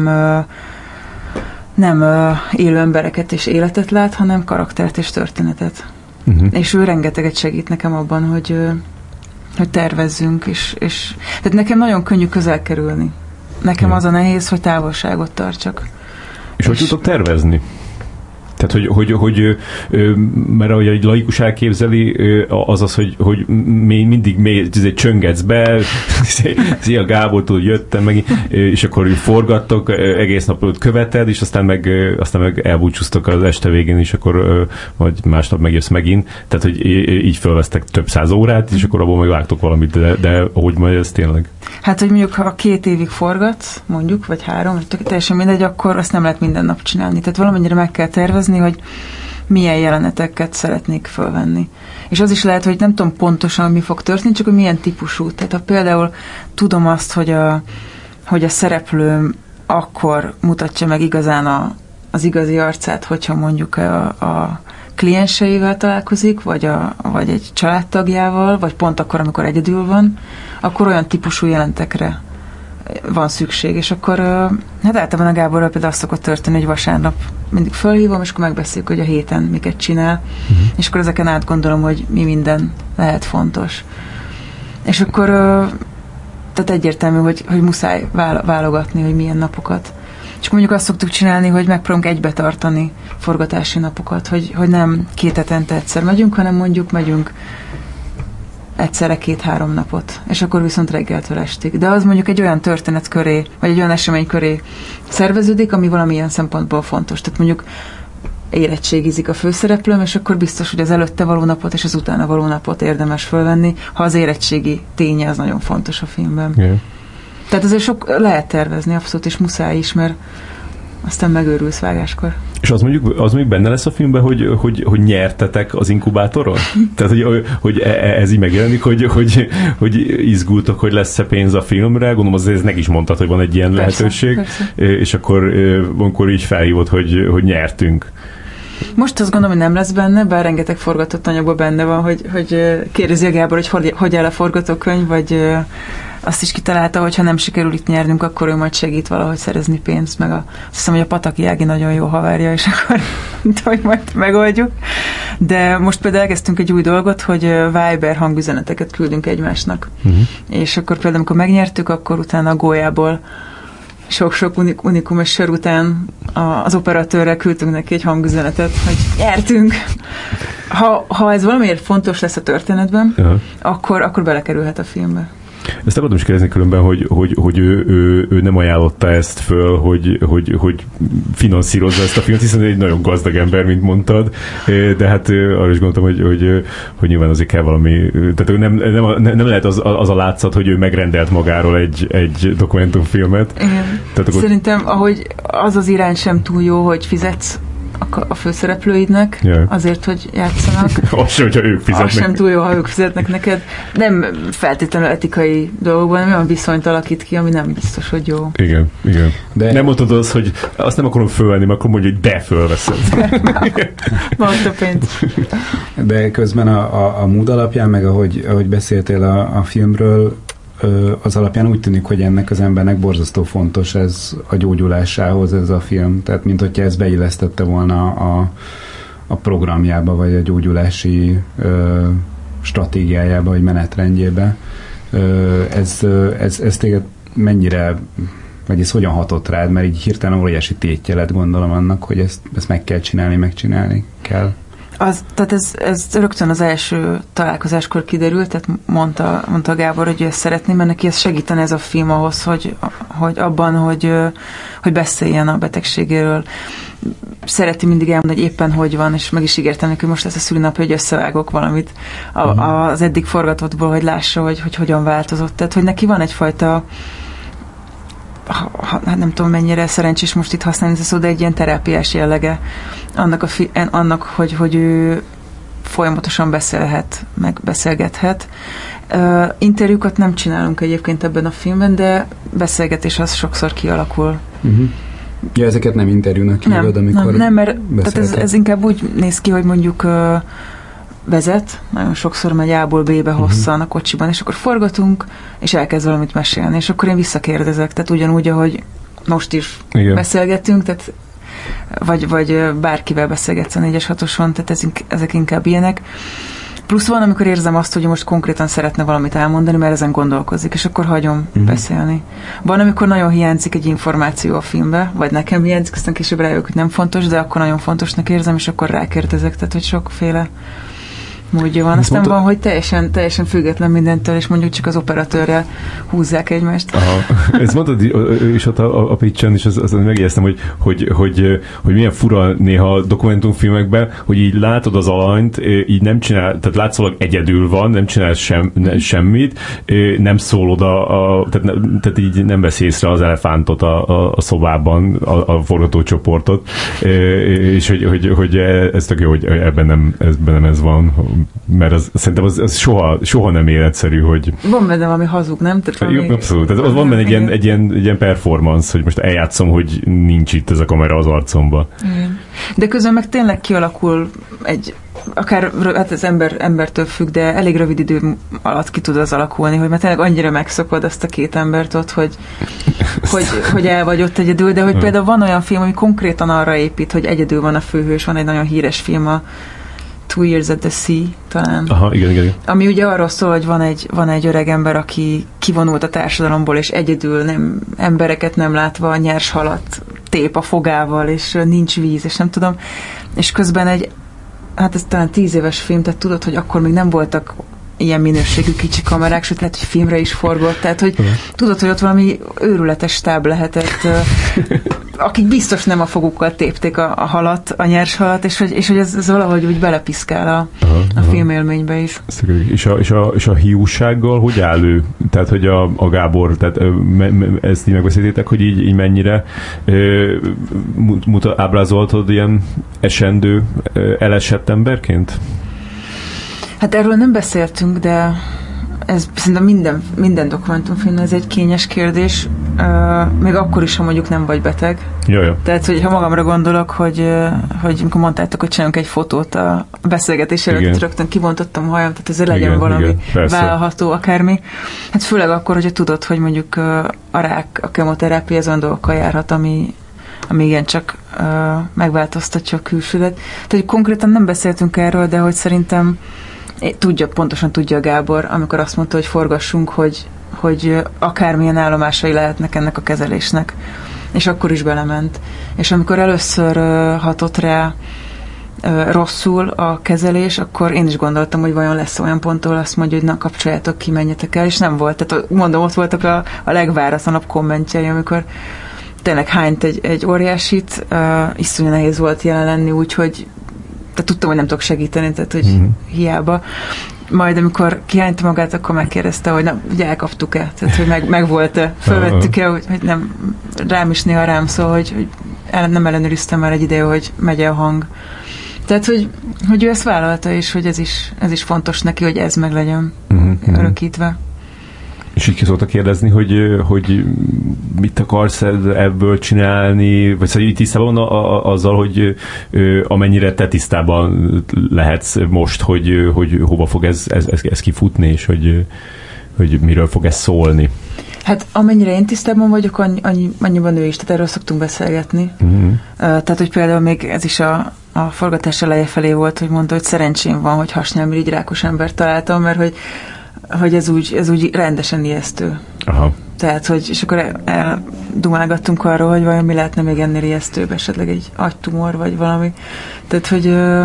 nem uh, élő embereket és életet lát, hanem karaktert és történetet. uh-huh. és ő rengeteget segít nekem abban, hogy, hogy tervezzünk, és, és tehát nekem nagyon könnyű közel kerülni. Nekem ja. az a nehéz, hogy távolságot tartsak. És, és hogy tudok tervezni? Tehát, hogy, hogy, hogy mert ahogy egy laikus elképzeli, az az, hogy, hogy mindig még csöngetsz be, szia Gábor, tudod, jöttem meg, és akkor forgattok, egész napot követed, és aztán meg, aztán meg elbúcsúztok az este végén, és akkor vagy másnap megjössz megint. Tehát, hogy így felvesztek több száz órát, és akkor abból meg vágtok valamit, de, de ahogy majd ez tényleg? Hát, hogy mondjuk, ha két évig forgatsz, mondjuk, vagy három, vagy teljesen mindegy, akkor azt nem lehet minden nap csinálni. Tehát valamennyire meg kell tervezni, hogy milyen jeleneteket szeretnék fölvenni. És az is lehet, hogy nem tudom pontosan, mi fog történni, csak hogy milyen típusú. Tehát ha például tudom azt, hogy a, hogy a szereplőm akkor mutatja meg igazán a, az igazi arcát, hogyha mondjuk a, a klienseivel találkozik, vagy, a, vagy egy családtagjával, vagy pont akkor, amikor egyedül van, akkor olyan típusú jelentekre van szükség, és akkor hát általában a Gáborral például azt szokott történni, hogy vasárnap mindig fölhívom, és akkor megbeszéljük, hogy a héten miket csinál, uh-huh. és akkor ezeken átgondolom, hogy mi minden lehet fontos. És akkor tehát egyértelmű, hogy, hogy muszáj válogatni, hogy milyen napokat. És mondjuk azt szoktuk csinálni, hogy megpróbálunk egybe tartani forgatási napokat, hogy, hogy nem két hetente egyszer megyünk, hanem mondjuk megyünk egyszerre két-három napot, és akkor viszont reggeltől estig. De az mondjuk egy olyan történet köré, vagy egy olyan esemény köré szerveződik, ami valamilyen szempontból fontos. Tehát mondjuk érettségizik a főszereplőm, és akkor biztos, hogy az előtte való napot és az utána való napot érdemes fölvenni, ha az érettségi ténye az nagyon fontos a filmben. Yeah. Tehát azért sok lehet tervezni, abszolút, és muszáj is, mert aztán megőrülsz vágáskor. És az mondjuk, az mondjuk benne lesz a filmben, hogy, hogy, hogy nyertetek az inkubátoron? Tehát, hogy, hogy ez így megjelenik, hogy, hogy, hogy izgultok, hogy lesz-e pénz a filmre? Gondolom, azért meg is mondtad, hogy van egy ilyen persze, lehetőség. Persze. És akkor, akkor így felhívod, hogy, hogy nyertünk. Most azt gondolom, hogy nem lesz benne, bár rengeteg forgatott anyagban benne van, hogy, hogy kérdezi a Gábor, hogy hogy, hogy áll a forgatókönyv, vagy azt is kitalálta, hogy ha nem sikerül itt nyernünk, akkor ő majd segít valahogy szerezni pénzt, meg a, azt hiszem, hogy a Pataki Ági nagyon jó haverja, és akkor hogy majd megoldjuk. De most például elkezdtünk egy új dolgot, hogy Viber hangüzeneteket küldünk egymásnak. Uh-huh. És akkor például, amikor megnyertük, akkor utána a gólyából sok-sok unik, unikumos sör után az operatőrrel küldtünk neki egy hangüzenetet, hogy nyertünk. Ha, ha ez valamiért fontos lesz a történetben, uh-huh. akkor, akkor belekerülhet a filmbe. Ezt akartam is kérdezni különben, hogy, hogy, hogy ő, ő, ő nem ajánlotta ezt föl, hogy, hogy, hogy finanszírozza ezt a filmet, hiszen egy nagyon gazdag ember, mint mondtad, de hát arra is gondoltam, hogy, hogy, hogy nyilván azért kell valami, tehát nem, nem, nem lehet az, az a látszat, hogy ő megrendelt magáról egy, egy dokumentumfilmet. Igen. Tehát akkor... Szerintem, ahogy az az irány sem túl jó, hogy fizetsz a főszereplőidnek, yeah. azért, hogy játszanak. Az sem, hogyha ők fizetnek. Az sem túl jó, ha ők fizetnek neked. Nem feltétlenül etikai dolgokban, nem olyan viszonyt alakít ki, ami nem biztos, hogy jó. Igen, igen. De nem mondtad az, hogy azt nem akarom fölvenni, mert akkor mondja, hogy de fölveszed. Mondta pénzt. De közben a, a, a mód alapján, meg ahogy, ahogy beszéltél a, a filmről, az alapján úgy tűnik, hogy ennek az embernek borzasztó fontos ez a gyógyulásához ez a film. Tehát, mint hogyha ez beillesztette volna a, a programjába, vagy a gyógyulási ö, stratégiájába, vagy menetrendjébe. Ö, ez, ez, ez téged mennyire, vagy ez hogyan hatott rád? Mert így hirtelen óriási tétje lett, gondolom annak, hogy ezt, ezt meg kell csinálni, megcsinálni kell. Az, tehát ez, ez rögtön az első találkozáskor kiderült, tehát mondta, mondta Gábor, hogy ő ezt szeretné, mert neki ez segítene ez a film ahhoz, hogy, hogy abban, hogy, hogy beszéljen a betegségéről. Szereti mindig elmondani, hogy éppen hogy van, és meg is ígértem neki, hogy most lesz a szülinap, hogy összevágok valamit a, az eddig forgatottból, hogy lássa, hogy, hogy hogyan változott. Tehát, hogy neki van egyfajta hát nem tudom mennyire szerencsés most itt használni ez szó, de egy ilyen terápiás jellege annak, a fi, annak hogy, hogy ő folyamatosan beszélhet, meg beszélgethet. Uh, interjúkat nem csinálunk egyébként ebben a filmben, de beszélgetés az sokszor kialakul. Uh-huh. Ja, ezeket nem interjúnak hívod, amikor nem, nem, mert tehát ez, ez inkább úgy néz ki, hogy mondjuk uh, vezet, nagyon sokszor megy A-ból B-be hosszan uh-huh. a kocsiban, és akkor forgatunk, és elkezd valamit mesélni, és akkor én visszakérdezek, tehát ugyanúgy, ahogy most is igen. beszélgetünk, tehát vagy, vagy bárkivel beszélgetsz a négyes hatoson, tehát ez, ezek inkább ilyenek. Plusz van, amikor érzem azt, hogy most konkrétan szeretne valamit elmondani, mert ezen gondolkozik, és akkor hagyom uh-huh. beszélni. Van, amikor nagyon hiányzik egy információ a filmbe, vagy nekem hiányzik, aztán később rájövök, hogy nem fontos, de akkor nagyon fontosnak érzem, és akkor rákérdezek, tehát hogy sokféle módja van. Aztán mondta... van, hogy teljesen, teljesen független mindentől, és mondjuk csak az operatőrrel húzzák egymást. Aha. Ezt mondtad, és ott a, a pitchen is az, az megjegyeztem, hogy, hogy, hogy, hogy milyen fura néha a dokumentumfilmekben, hogy így látod az alanyt, így nem csinál, tehát látszólag egyedül van, nem csinál sem, ne, semmit, nem szól oda, a, tehát, tehát így nem vesz észre az elefántot a, a, a szobában, a, a forgatócsoportot, és hogy, hogy, hogy ez tök jó, hogy ebben nem, ebben nem ez van, mert az, szerintem az, az soha, soha nem életszerű, hogy... Van benne valami hazug, nem? Tehát valami... Abszolút. Tehát az van benne egy ilyen, egy, ilyen, egy ilyen performance, hogy most eljátszom, hogy nincs itt ez a kamera az arcomba. Igen. De közben meg tényleg kialakul egy, akár hát ez ember, embertől függ, de elég rövid idő alatt ki tud az alakulni, hogy már tényleg annyira megszokod azt a két embert ott, hogy, hogy, hogy el vagy ott egyedül, de hogy például van olyan film, ami konkrétan arra épít, hogy egyedül van a főhős, van egy nagyon híres film, a Two Years at the Sea, talán. Aha, igen, igen. Ami ugye arról szól, hogy van egy, van egy öreg ember, aki kivonult a társadalomból, és egyedül nem, embereket nem látva a nyers halat tép a fogával, és nincs víz, és nem tudom. És közben egy, hát ez talán tíz éves film, tehát tudod, hogy akkor még nem voltak ilyen minőségű kicsi kamerák, sőt lehet, hogy filmre is forgott, tehát hogy uh-huh. tudod, hogy ott valami őrületes stáb lehetett, akik biztos nem a fogukkal tépték a, a halat, a nyers halat, és hogy, és hogy ez, ez valahogy úgy belepiszkál a, uh-huh. a filmélménybe is. És a, és, a, és a hiúsággal hogy áll ő? Tehát, hogy a, a Gábor, tehát me, me, ezt így megbeszéltétek, hogy így, így mennyire mutat, ábrázoltad ilyen esendő, elesett emberként? Hát erről nem beszéltünk, de ez szerintem minden, minden dokumentumfilm ez egy kényes kérdés, uh, még akkor is, ha mondjuk nem vagy beteg. Jaj. Tehát, hogy ha magamra gondolok, hogy, uh, hogy amikor mondtátok, hogy csinálunk egy fotót a beszélgetés előtt, rögtön kibontottam a hajam, tehát ezért legyen igen, valami igen, vállalható, akármi. Hát főleg akkor, hogyha tudod, hogy mondjuk uh, a rák, a kemoterápia az olyan dolgokkal járhat, ami ami igencsak uh, megváltoztatja a külsődet. Tehát, hogy konkrétan nem beszéltünk erről, de hogy szerintem tudja, pontosan tudja Gábor, amikor azt mondta, hogy forgassunk, hogy, hogy akármilyen állomásai lehetnek ennek a kezelésnek. És akkor is belement. És amikor először uh, hatott rá uh, rosszul a kezelés, akkor én is gondoltam, hogy vajon lesz olyan pont, ahol azt mondja, hogy na, kapcsoljátok ki, menjetek el, és nem volt. Tehát mondom, ott voltak a, a legváratlanabb kommentjei, amikor tényleg hányt egy, egy óriásit, uh, iszonyú nehéz volt jelen lenni, úgyhogy tehát tudtam, hogy nem tudok segíteni, tehát hogy mm-hmm. hiába. Majd amikor kihányta magát, akkor megkérdezte, hogy na, ugye elkaptuk-e, tehát hogy meg, meg volt-e, fölvettük-e, hogy, hogy nem, rám is néha rám szól, hogy, hogy el, nem ellenőriztem már egy ideje, hogy megy a hang. Tehát, hogy, hogy ő ezt vállalta, és hogy ez is, ez is fontos neki, hogy ez meg legyen mm-hmm. örökítve. És így ki szoktak kérdezni, hogy, hogy mit akarsz ebből csinálni, vagy szóval így tisztában van azzal, hogy amennyire te tisztában lehetsz most, hogy, hogy hova fog ez, ez, ez, ez kifutni, és hogy, hogy miről fog ez szólni. Hát amennyire én tisztában vagyok, annyi, annyi, annyiban ő is, tehát erről szoktunk beszélgetni. Uh-huh. Tehát, hogy például még ez is a, a forgatás eleje felé volt, hogy mondta, hogy szerencsém van, hogy hasnyálmirigy rákos embert találtam, mert hogy hogy ez úgy, ez úgy rendesen ijesztő. Aha. Tehát, hogy, és akkor eldumálgattunk arról, hogy vajon mi lehetne még ennél ijesztőbb, esetleg egy agytumor, vagy valami. Tehát, hogy ö,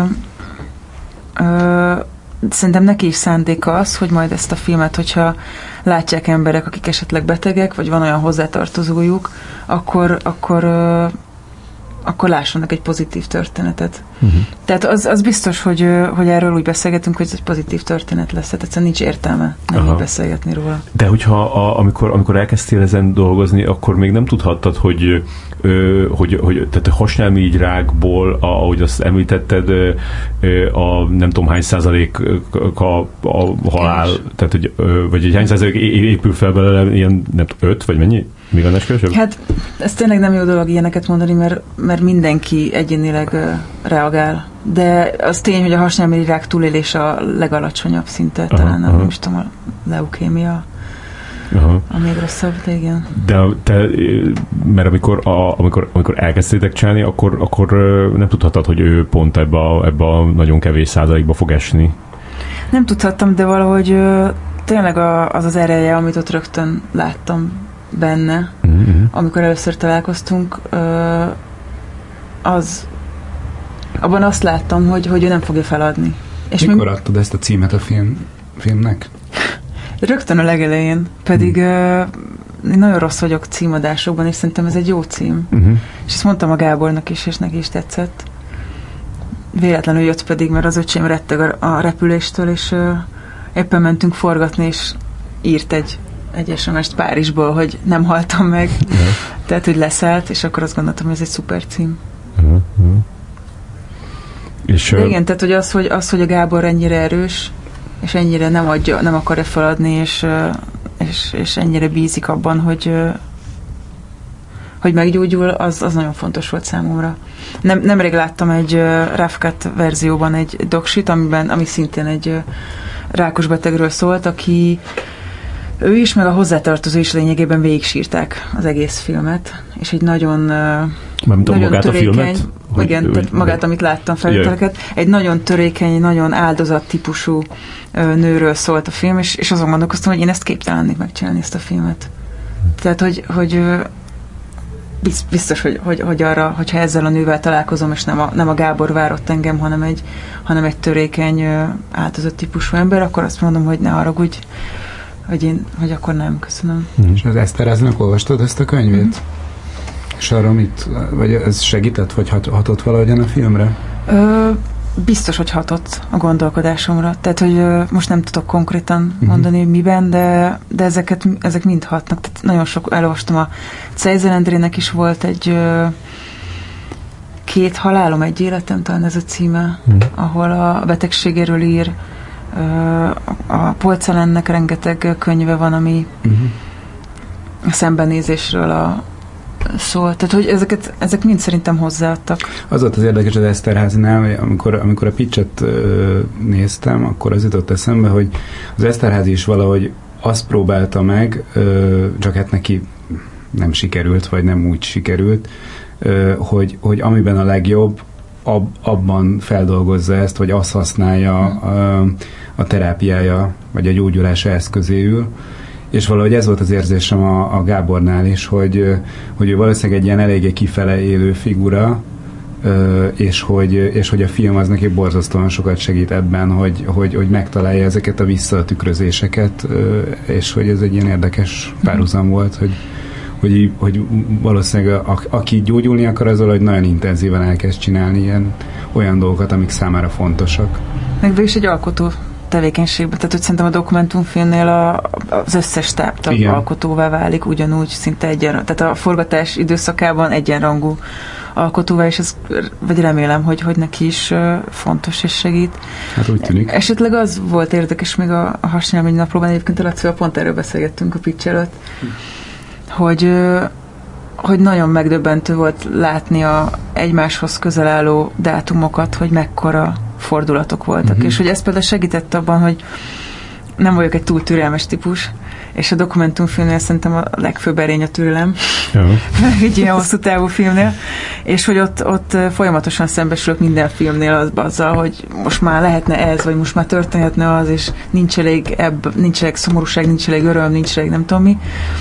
ö, szerintem neki is szándéka az, hogy majd ezt a filmet, hogyha látják emberek, akik esetleg betegek, vagy van olyan hozzátartozójuk, akkor, akkor ö, akkor lássanak egy pozitív történetet. Uh-huh. Tehát az, az biztos, hogy, hogy erről úgy beszélgetünk, hogy ez egy pozitív történet lesz. Tehát egyszerűen nincs értelme nem így beszélgetni róla. De hogyha a, amikor, amikor elkezdtél ezen dolgozni, akkor még nem tudhattad, hogy, ö, hogy, hogy tehát a hasnyálmirigy rákból, ahogy azt említetted, ö, a nem tudom hány százalék a, a halál, Kés. tehát hogy, ö, vagy egy hány százalék épül fel belőle, ilyen nem tudom, öt, vagy mennyi? Még annál kevesebb? Hát ez tényleg nem jó dolog ilyeneket mondani, mert, mert mindenki egyénileg uh, reagál. De az tény, hogy a hasnyálmirigy rák túlélés a legalacsonyabb szinte, aha, talán nem, nem is tudom, a leukémia Aha. A még rosszabb, de igen. De te, mert amikor, a, amikor, amikor elkezdtétek csinálni, akkor, akkor nem tudhattad, hogy ő pont ebbe a, ebbe a nagyon kevés százalékba fog esni. Nem tudhattam, de valahogy tényleg az az ereje, amit ott rögtön láttam benne, uh-huh. amikor először találkoztunk, az abban azt láttam, hogy, hogy ő nem fogja feladni. És mikor még... adtad ezt a címet a film, filmnek? Rögtön a legelején, pedig uh-huh. uh, én nagyon rossz vagyok címadásokban, és szerintem ez egy jó cím. Uh-huh. És ezt mondtam a Gábornak is, és neki is tetszett. Véletlenül jött pedig, mert az öcsém retteg a, a repüléstől, és uh, éppen mentünk forgatni, és írt egy, egy es em est Párizsból, hogy nem haltam meg. Uh-huh. Tehát, hogy leszállt, és akkor azt gondoltam, hogy ez egy szuper cím. Uh-huh. És, De igen, tehát hogy az, hogy az, hogy a Gábor ennyire erős, és ennyire nem adja, nem akarja feladni, és, és, és ennyire bízik abban, hogy, hogy meggyógyul, az, az nagyon fontos volt számomra. Nem, nemrég láttam egy rough cut verzióban egy doksit, amiben, ami szintén egy rákos betegről szólt, aki ő is, meg a hozzátartozó is lényegében végig sírták az egész filmet, és egy nagyon, nagyon magát törékeny, a filmet? Hogy, igen, hogy, tehát magát, amit láttam felvételeket, egy nagyon törékeny, nagyon áldozat típusú nőről szólt a film, és, és azon gondolkoztam, hogy én ezt képtelennék megcsinálni, ezt a filmet. Tehát, hogy, hogy biztos, hogy, hogy, hogy arra, hogyha ezzel a nővel találkozom, és nem a, nem a Gábor várott engem, hanem egy, hanem egy törékeny áldozat típusú ember, akkor azt mondom, hogy ne haragudj, hogy én, hogy akkor nem, köszönöm. Mm. És az Eszterházinak olvastad ezt a könyvét? Mm. És arra mit, vagy ez segített, vagy hat, hatott valahogyan a filmre? Ö, biztos, hogy hatott a gondolkodásomra. Tehát, hogy ö, most nem tudok konkrétan mondani, uh-huh. miben, de, de ezeket, ezek mind hatnak. Tehát nagyon sok, elolvastam a Cejzel Endrének is volt egy ö, Két halálom, egy életem, talán ez a címe, uh-huh. ahol a betegségéről ír. Ö, a Polcelennek rengeteg könyve van, ami uh-huh. a szembenézésről a szól. Tehát, hogy ezeket, ezek mind szerintem hozzáadtak. Az volt az érdekes az Eszterházinál, amikor, amikor a pitchet ö, néztem, akkor az jutott eszembe, hogy az Eszterházi is valahogy azt próbálta meg, ö, csak hát neki nem sikerült, vagy nem úgy sikerült, ö, hogy, hogy amiben a legjobb, ab, abban feldolgozza ezt, vagy azt használja a, a terápiája, vagy a gyógyulása eszközéül. És valahogy ez volt az érzésem a, a Gábornál is, hogy, hogy ő valószínűleg egy ilyen eléggé kifele élő figura, és hogy, és hogy a film az neki borzasztóan sokat segít ebben, hogy, hogy, hogy megtalálja ezeket a visszatükrözéseket, és hogy ez egy ilyen érdekes párhuzam volt, hogy, hogy, hogy valószínűleg a, aki gyógyulni akar, az valahogy nagyon intenzíven elkezd csinálni ilyen, olyan dolgokat, amik számára fontosak. Meg is egy alkotó tevékenységben, tehát hogy szerintem a dokumentumfilmnél a, az összes táptag alkotóvá válik, ugyanúgy szinte egyenrangú. Tehát a forgatás időszakában egyenrangú alkotóvá, és ez, vagy remélem, hogy, hogy neki is uh, fontos és segít. Hát úgy tűnik. Esetleg az volt érdekes még a, a Hasnyálmény naplóban, egyébként a Lacival pont erről beszélgettünk a pitch előtt, hm. hogy uh, hogy nagyon megdöbbentő volt látni a egymáshoz közel álló dátumokat, hogy mekkora fordulatok voltak. Uh-huh. És hogy ez például segített abban, hogy nem vagyok egy túl türelmes típus, és a dokumentumfilmnél szerintem a legfőbb erény a türelem. Uh-huh. Egy ilyen hosszú távú filmnél. És hogy ott, ott folyamatosan szembesülök minden filmnél az, azzal, hogy most már lehetne ez, vagy most már történhetne az, és nincs elég ebb, nincs elég szomorúság, nincs elég öröm, nincs elég nem tudom mi.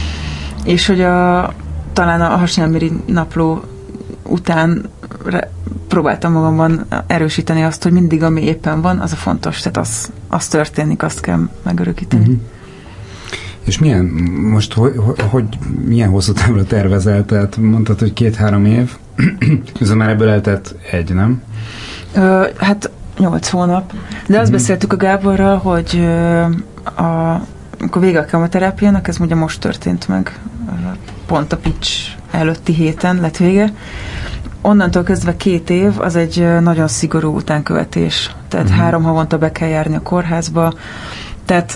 És hogy a talán a Hasnyálméri napló után re, próbáltam magamban erősíteni azt, hogy mindig, ami éppen van, az a fontos. Tehát az, az történik, azt kell megörökíteni. Uh-huh. És milyen, most hogy, hogy milyen hosszú távra tervezel? Tehát mondtad, hogy két-három év, ez már ebből eltett egy, nem? Ö, hát nyolc hónap. De azt uh-huh. beszéltük a Gáborral, hogy ö, a, amikor vége a kemoterápiának, ez ugye most történt meg, pont a pitch előtti héten lett vége. Onnantól kezdve két év, az egy nagyon szigorú utánkövetés. Tehát uh-huh. három havonta be kell járni a kórházba. Tehát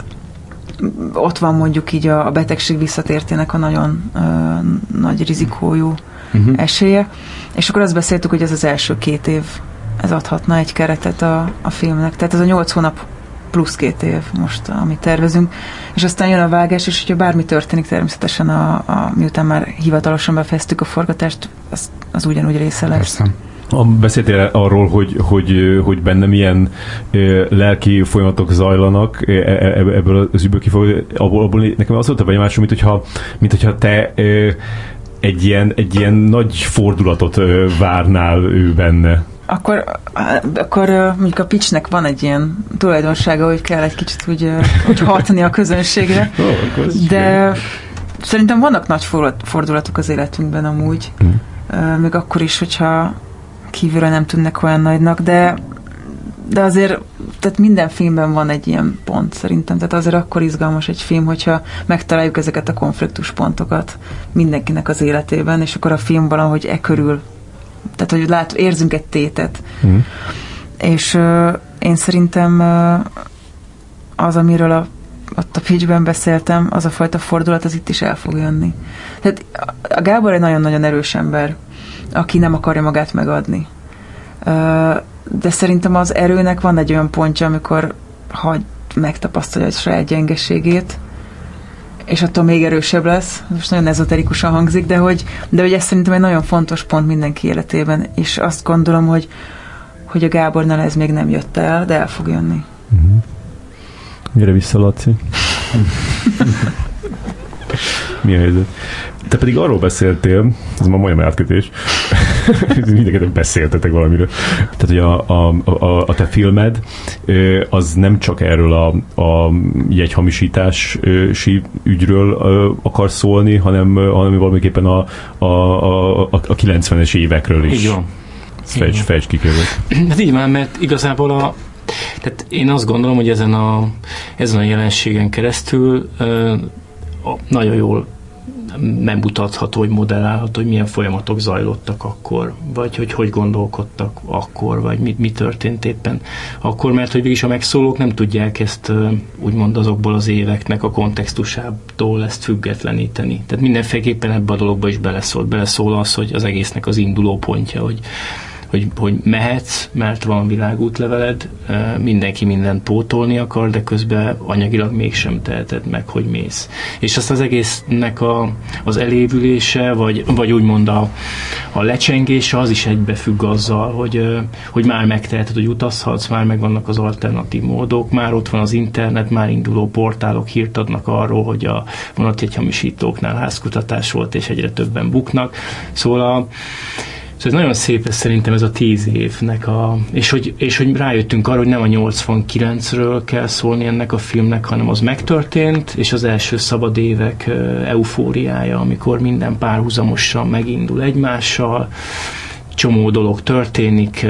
ott van mondjuk így a, a betegség visszatértének a nagyon uh, nagy rizikójú uh-huh. esélye. És akkor azt beszéltük, hogy ez az első két év, ez adhatna egy keretet a, a filmnek. Tehát ez a nyolc hónap plusz két év most, amit tervezünk, és aztán jön a vágás, és hogyha bármi történik, természetesen a, a, miután már hivatalosan befejeztük a forgatást, az, az ugyanúgy része lesz. Persze. Beszéltél arról, hogy, hogy, hogy benne milyen lelki folyamatok zajlanak ebből az ügyből kifolyólag, abból, abból nekem az volt a benyomásom, mint hogyha, mint hogyha te egy ilyen, egy ilyen nagy fordulatot várnál ő benne. Akkor, akkor mondjuk a pitchnek van egy ilyen tulajdonsága, hogy kell egy kicsit úgy, úgy hatni a közönségre, oh, de szerintem vannak nagy fordulatok az életünkben amúgy, hmm. még akkor is, hogyha kívülről nem tűnnek olyan nagynak, de, de azért tehát minden filmben van egy ilyen pont szerintem, tehát azért akkor izgalmas egy film, hogyha megtaláljuk ezeket a konfliktuspontokat mindenkinek az életében, és akkor a film valahogy e körül, tehát hogy lát, érzünk egy tétet. Mm. És uh, én szerintem uh, az, amiről a, ott a pitchben beszéltem, az a fajta fordulat, az itt is el fog jönni. Tehát a Gábor egy nagyon-nagyon erős ember, aki nem akarja magát megadni. De szerintem az erőnek van egy olyan pontja, amikor ha megtapasztalja a saját gyengeségét, és attól még erősebb lesz. Most nagyon ezoterikusan hangzik, de hogy, de hogy ez szerintem egy nagyon fontos pont mindenki életében, és azt gondolom, hogy, hogy a Gábornál ez még nem jött el, de el fog jönni. Uh-huh. Gyere vissza, Laci. Mi a helyzet? Te pedig arról beszéltél, ez ma majdnem átkötés, mindenketten beszéltetek valamiről. Tehát, hogy a, a, a, a te filmed az nem csak erről a, a jegyhamisítási ügyről akar szólni, hanem, hanem valamiképpen a, a, a, a kilencvenes évekről is. Így van. Fejts, fejts ki kérlek. Hát így van, mert igazából a tehát én azt gondolom, hogy ezen a, ezen a jelenségen keresztül ö, nagyon jól megmutatható, hogy modellálható, hogy milyen folyamatok zajlottak akkor, vagy hogy hogy gondolkodtak akkor, vagy mi, mi történt éppen akkor, mert hogy végig a megszólók nem tudják ezt úgymond azokból az éveknek a kontextusából ezt függetleníteni. Tehát mindenféleképpen ebbe a dologba is beleszól. Beleszól az, hogy az egésznek az induló pontja, hogy Hogy, hogy mehetsz, mert van világútleveled, mindenki mindent pótolni akar, de közben anyagilag mégsem teheted meg, hogy mész. És azt az egésznek a, az elévülése, vagy, vagy úgymond a, a lecsengése, az is egybefügg azzal, hogy, hogy már megteheted, hogy utazhatsz, már megvannak az alternatív módok, már ott van az internet, már induló portálok hírt adnak arról, hogy a vonatjegyhamisítóknál házkutatás volt, és egyre többen buknak. Szóval a Szóval ez nagyon szép ez szerintem ez a tíz évnek a... És hogy, és hogy rájöttünk arra, hogy nem a nyolcvankilencről kell szólni ennek a filmnek, hanem az megtörtént, és az első szabad évek eufóriája, amikor minden párhuzamosan megindul egymással, csomó dolog történik,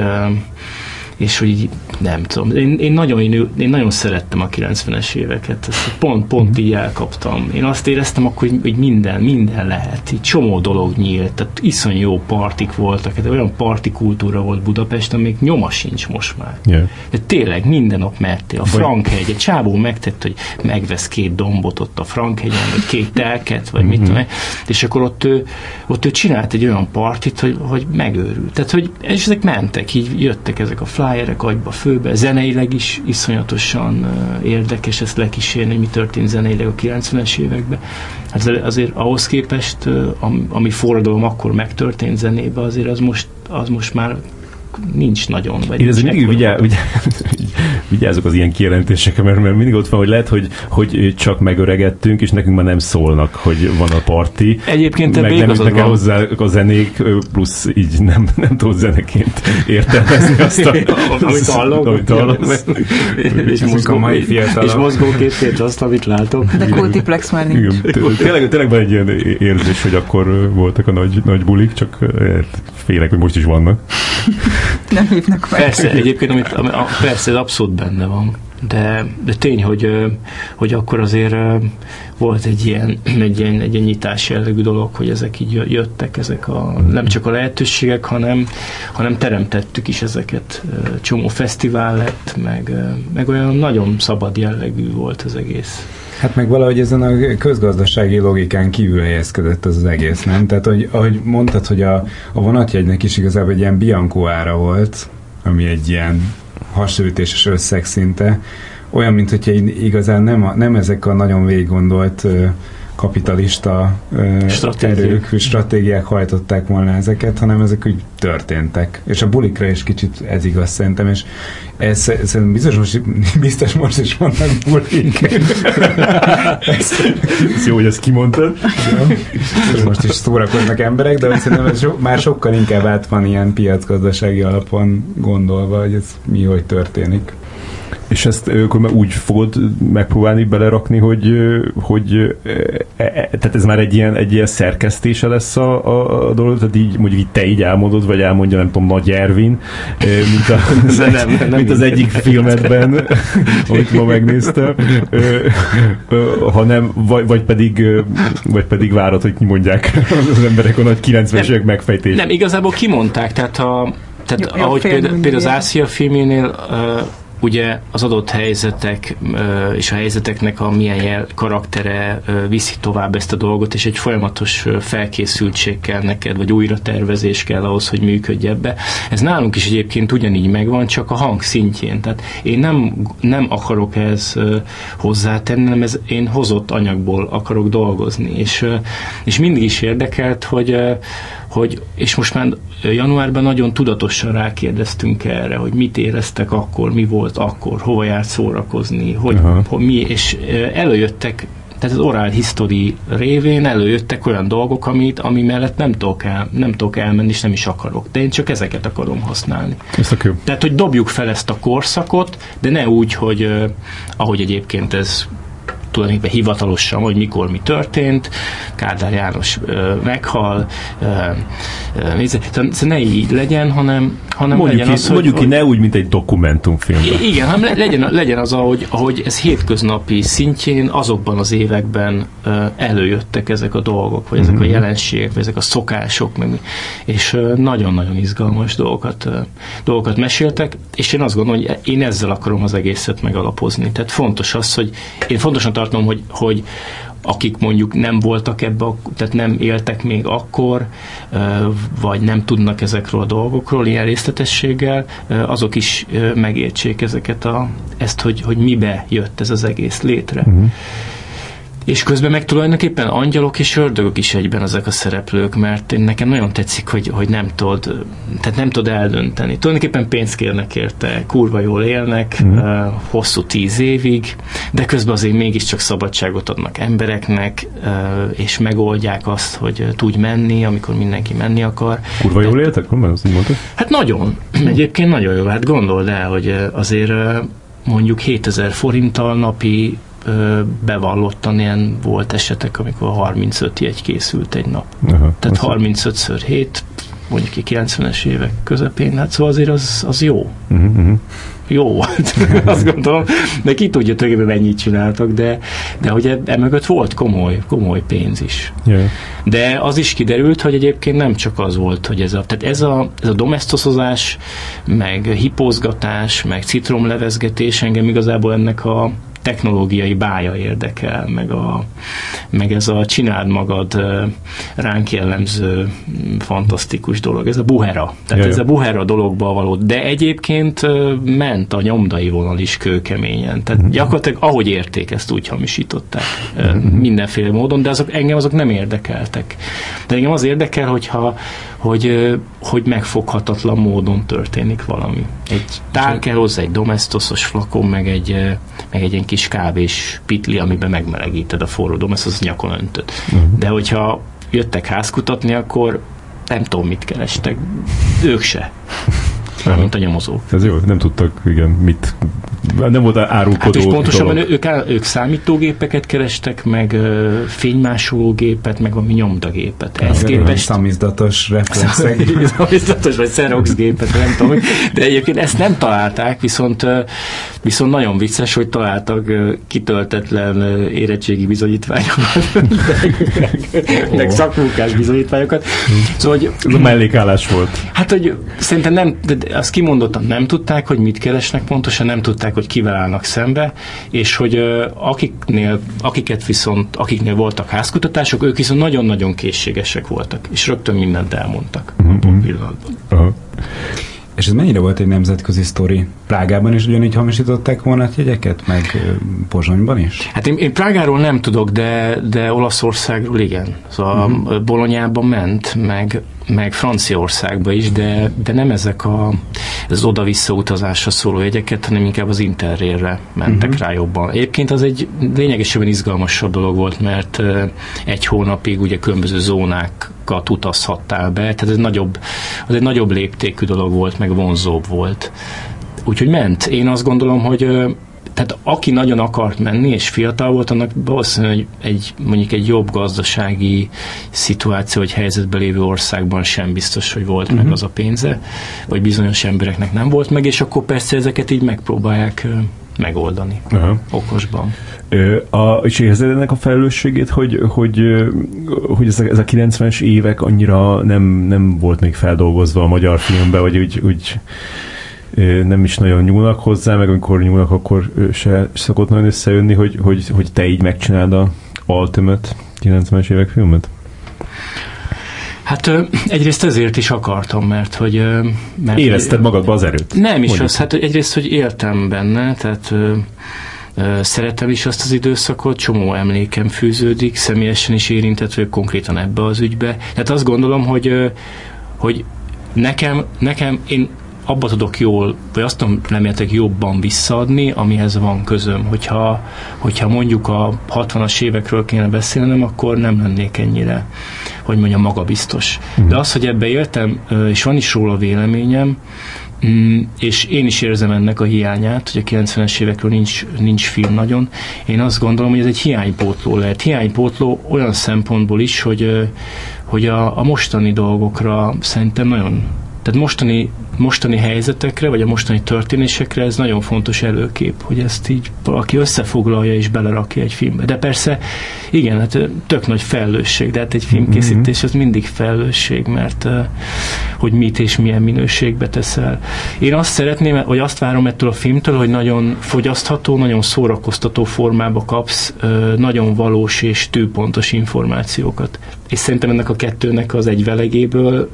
és hogy így, nem tudom, én, én, nagyon, én, én nagyon szerettem a kilencvenes éveket, ezt pont, pont így elkaptam. Én azt éreztem akkor, hogy, hogy minden, minden lehet, így csomó dolog nyílt, tehát iszony jó partik voltak, tehát olyan parti kultúra volt Budapesten, még nyoma sincs most már. Yeah. De tényleg minden nap mertél. A Frank-hegy, egy csávó megtett, hogy megvesz két dombot ott a Frank-hegyen, vagy két telket, vagy mm-hmm. mit tudom, és akkor ott ő, ott ő csinált egy olyan partit, hogy, hogy megőrült. Tehát, hogy és ezek mentek, így jöttek ezek a flyerek agyba, főbe, zeneileg is iszonyatosan uh, érdekes ezt lekísérni, hogy mi történt zeneileg a kilencvenes években. Hát azért ahhoz képest, uh, ami forradalom akkor megtörtént zenébe, azért az most, az most már nincs nagyon. Vagy én azért mindig vigyá, vigyá, vigyázok az ilyen kijelentésekre, mert, mert mindig ott van, hogy lehet, hogy, hogy csak megöregettünk, és nekünk már nem szólnak, hogy van a parti. Egyébként meg nem ütnek el hozzá a zenék, plusz így nem, nem tudod zeneként értelmezni azt, a, amit hallok. Amit hallok. És, mozgó, és mozgóképként azt, amit látok. De multiplex már nincs. Tényleg, tényleg van egy ilyen érzés, hogy akkor voltak a nagy, nagy bulik, csak félek, hogy most is vannak. Nem hívnak meg. Persze, egyébként, amit, a, persze, ez abszolút benne van. De, de tény, hogy, hogy akkor azért volt egy ilyen, egy ilyen, egy ilyen nyitás jellegű dolog, hogy ezek így jöttek, ezek a, nem csak a lehetőségek, hanem, hanem teremtettük is ezeket. Csomó fesztivál lett, meg, meg olyan nagyon szabad jellegű volt az egész. Hát meg valahogy ezen a közgazdasági logikán kívül helyezkedett az, az egész, nem? Tehát, hogy, ahogy mondtad, hogy a, a vonatjegynek is igazából egy ilyen Bianco ára volt, ami egy ilyen hasonlítéses összeg szinte, olyan, mint hogyha igazán nem, a, nem ezek a nagyon végiggondolt kapitalista erők, stratégiák hajtották volna ezeket, hanem ezek úgy történtek. És a bulikra is kicsit ez igaz szerintem, és ez szerintem biztos most, biztos most is vannak bulik. ez, ez jó, hogy ezt kimondtad. Ja. Most is szórakoznak emberek, de szerintem ez so, már sokkal inkább át van ilyen piacgazdasági alapon gondolva, hogy ez mi, hogy történik. És ezt akkor már úgy fogod megpróbálni belerakni, hogy, hogy e, tehát ez már egy ilyen, egy ilyen szerkesztése lesz a, a, a dolog, tehát így mondjuk így te így álmodod, vagy elmondja, nem tudom, Nagy Ervin, mint, a, az, nem, nem mint az egyik filmedben, amit ma megnéztem, hanem, vagy, vagy, pedig, vagy pedig várod, hogy kimondják az emberek a nagy kilencvenes évek megfejtést. Nem, igazából kimondták, tehát, a, tehát jó, ahogy például, például az Ázsia filmjénél ugye az adott helyzetek és a helyzeteknek a milyen jel, karaktere viszi tovább ezt a dolgot, és egy folyamatos felkészültség kell neked, vagy újra tervezés kell ahhoz, hogy működj ebbe. Ez nálunk is egyébként ugyanígy megvan, csak a hang szintjén. Tehát én nem, nem akarok ez hozzátenni, hanem ez, én hozott anyagból akarok dolgozni. És, és mindig is érdekelt, hogy hogy, és most már januárban nagyon tudatosan rákérdeztünk erre, hogy mit éreztek akkor, mi volt akkor, hova járt szórakozni, hogy, hogy mi, és előjöttek, tehát az oral history révén előjöttek olyan dolgok, amit, ami mellett nem tudok, el, nem tudok elmenni, és nem is akarok. De én csak ezeket akarom használni. Tehát, hogy dobjuk fel ezt a korszakot, de ne úgy, hogy ahogy egyébként ez tulajdonképpen hivatalosan, hogy mikor mi történt, Kádár János ö, meghal, ö, ö, nézze, ne így legyen, hanem, hanem mondjuk legyen ki, az, mondjuk hogy... ki ne úgy, mint egy dokumentumfilmben. Igen, hanem legyen, legyen az, ahogy, ahogy ez hétköznapi szintjén azokban az években ö, előjöttek ezek a dolgok, vagy ezek mm-hmm. a jelenségek, vagy ezek a szokások, meg, és ö, nagyon-nagyon izgalmas dolgokat, ö, dolgokat meséltek, és én azt gondolom, hogy én ezzel akarom az egészet megalapozni. Tehát fontos az, hogy én fontosan tartom, hogy, hogy akik mondjuk nem voltak ebbe, tehát nem éltek még akkor, vagy nem tudnak ezekről a dolgokról ilyen részletességgel, azok is megértsék ezeket a, ezt, hogy, hogy mibe jött ez az egész létre. Uh-huh. És közben meg tulajdonképpen angyalok és ördögök is egyben ezek a szereplők, mert nekem nagyon tetszik, hogy, hogy nem tudod, tehát nem tudod eldönteni. Tulajdonképpen pénzt kérnek érte, kurva jól élnek, mm. uh, hosszú tíz évig, de közben azért mégiscsak szabadságot adnak embereknek, uh, és megoldják azt, hogy tudj menni, amikor mindenki menni akar. Kurva jól éltek? Nem, azt így mondtad? Hát nagyon. Egyébként nagyon jó. Hát gondold el, hogy azért uh, mondjuk hétezer forinttal napi bevallottan ilyen volt esetek, amikor harmincöt jegy készült egy nap. Aha, tehát harmincötször hét, mondjuk ki kilencvenes évek közepén, hát szóval azért az, az jó. Uh-huh. Jó volt, azt gondolom, de ki tudja tulajdonképpen mennyit csináltak, de, de hogy emögött volt komoly, komoly pénz is. Yeah. De az is kiderült, hogy egyébként nem csak az volt, hogy ez a, tehát ez a, ez a domesztoszozás, meg hipózgatás, meg citromlevezgetés, engem igazából ennek a technológiai bája érdekel, meg, a, meg ez a csináld magad ránk jellemző fantasztikus dolog. Ez a buhera. Tehát Jaj. ez a buhera dologba való. De egyébként ment a nyomdai vonal is kőkeményen. Tehát uh-huh. gyakorlatilag ahogy érték, ezt úgy hamisították. Uh-huh. Mindenféle módon, de azok, engem azok nem érdekeltek. De engem az érdekel, hogyha hogy, hogy megfoghatatlan módon történik valami. Egy tál kell hozzá, egy domesztoszos flakon, meg egy, meg egy ilyen kis kávés pitli, amiben megmelegíted a forró domeszt, az nyakon öntöd. Uh-huh. De hogyha jöttek házkutatni, akkor nem tudom, mit kerestek. Ők se. Aha. Mint a nyomozók. Ez jó, nem tudtak, igen, mit, nem volt árulkodó. Hát és pontosabban ők, ők számítógépeket kerestek, meg uh, fénymásológépet, meg valami nyomdagépet. Ez képest... Szamizdatos reflexek. Szamizdatos vagy Xerox gépet, nem tudom. De egyébként ezt nem találták, viszont, uh, viszont nagyon vicces, hogy találtak uh, kitöltetlen uh, érettségi bizonyítványokat, meg, meg szakmunkás bizonyítványokat. Szóval, hogy, ez a mellékállás volt. Hát, hogy szerintem nem, de azt kimondottan nem tudták, hogy mit keresnek pontosan, nem tudták, hogy kivel állnak szembe, és hogy uh, akiknél, akiket viszont, akiknél voltak házkutatások, ők viszont nagyon-nagyon készségesek voltak, és rögtön mindent elmondtak uh-huh. a pillanatban. Uh-huh. És ez mennyire volt egy nemzetközi sztori? Prágában is ugyanígy hamisították vonatjegyeket, meg Pozsonyban is? Hát én, én Prágáról nem tudok, de, de Olaszországról igen. Szóval uh-huh. Bolonyában ment, meg, meg Franciaországba is, de, de nem ezek a, az oda-vissza utazásra szóló jegyeket, hanem inkább az Interrailre mentek uh-huh. rá jobban. Egyébként az egy lényegesen izgalmasabb dolog volt, mert egy hónapig ugye különböző zónákat utazhattál be, tehát ez nagyobb, az egy nagyobb léptékű dolog volt, meg vonzóbb volt. Úgyhogy ment. Én azt gondolom, hogy tehát aki nagyon akart menni, és fiatal volt, annak valószínűleg egy, mondjuk egy jobb gazdasági szituáció, vagy helyzetben lévő országban sem biztos, hogy volt uh-huh. meg az a pénze, vagy bizonyos embereknek nem volt meg, és akkor persze ezeket így megpróbálják megoldani uh-huh. okosban. A, és érzed ennek a felelősségét, hogy, hogy, hogy ez, a, ez a kilencvenes évek annyira nem, nem volt még feldolgozva a magyar filmben, vagy úgy, úgy nem is nagyon nyúlnak hozzá, meg amikor nyúlnak, akkor se szokott nagyon összejönni, hogy, hogy, hogy te így megcsináld a Ultimate kilencvenes évek filmet? Hát egyrészt ezért is akartam, mert hogy... Mert érezted magadba az erőt? Nem is mondjuk. Az, hát egyrészt, hogy éltem benne, tehát szeretem is azt az időszakot, csomó emlékem fűződik, személyesen is érintett vagyok konkrétan ebbe az ügybe. Tehát azt gondolom, hogy, hogy nekem, nekem én abba tudok jól, vagy azt tudom reméltek jobban visszaadni, amihez van közöm. Hogyha, hogyha mondjuk a hatvanas évekről kéne beszélnem, akkor nem lennék ennyire, hogy mondjam, magabiztos. Mm. De az, hogy ebbe éltem, és van is róla véleményem, és én is érzem ennek a hiányát, hogy a kilencvenes évekről nincs, nincs film nagyon. Én azt gondolom, hogy ez egy hiánypótló lehet. Hiánypótló olyan szempontból is, hogy, hogy a, a mostani dolgokra szerintem nagyon, tehát mostani, mostani helyzetekre, vagy a mostani történésekre ez nagyon fontos előkép, hogy ezt így valaki összefoglalja és belerakja egy filmbe. De persze, igen, hát tök nagy felelősség, de hát egy filmkészítés az mindig felelősség, mert hogy mit és milyen minőségbe teszel. Én azt szeretném, vagy azt várom ettől a filmtől, hogy nagyon fogyasztható, nagyon szórakoztató formába kapsz nagyon valós és tűpontos információkat. És szerintem ennek a kettőnek az egyvelegéből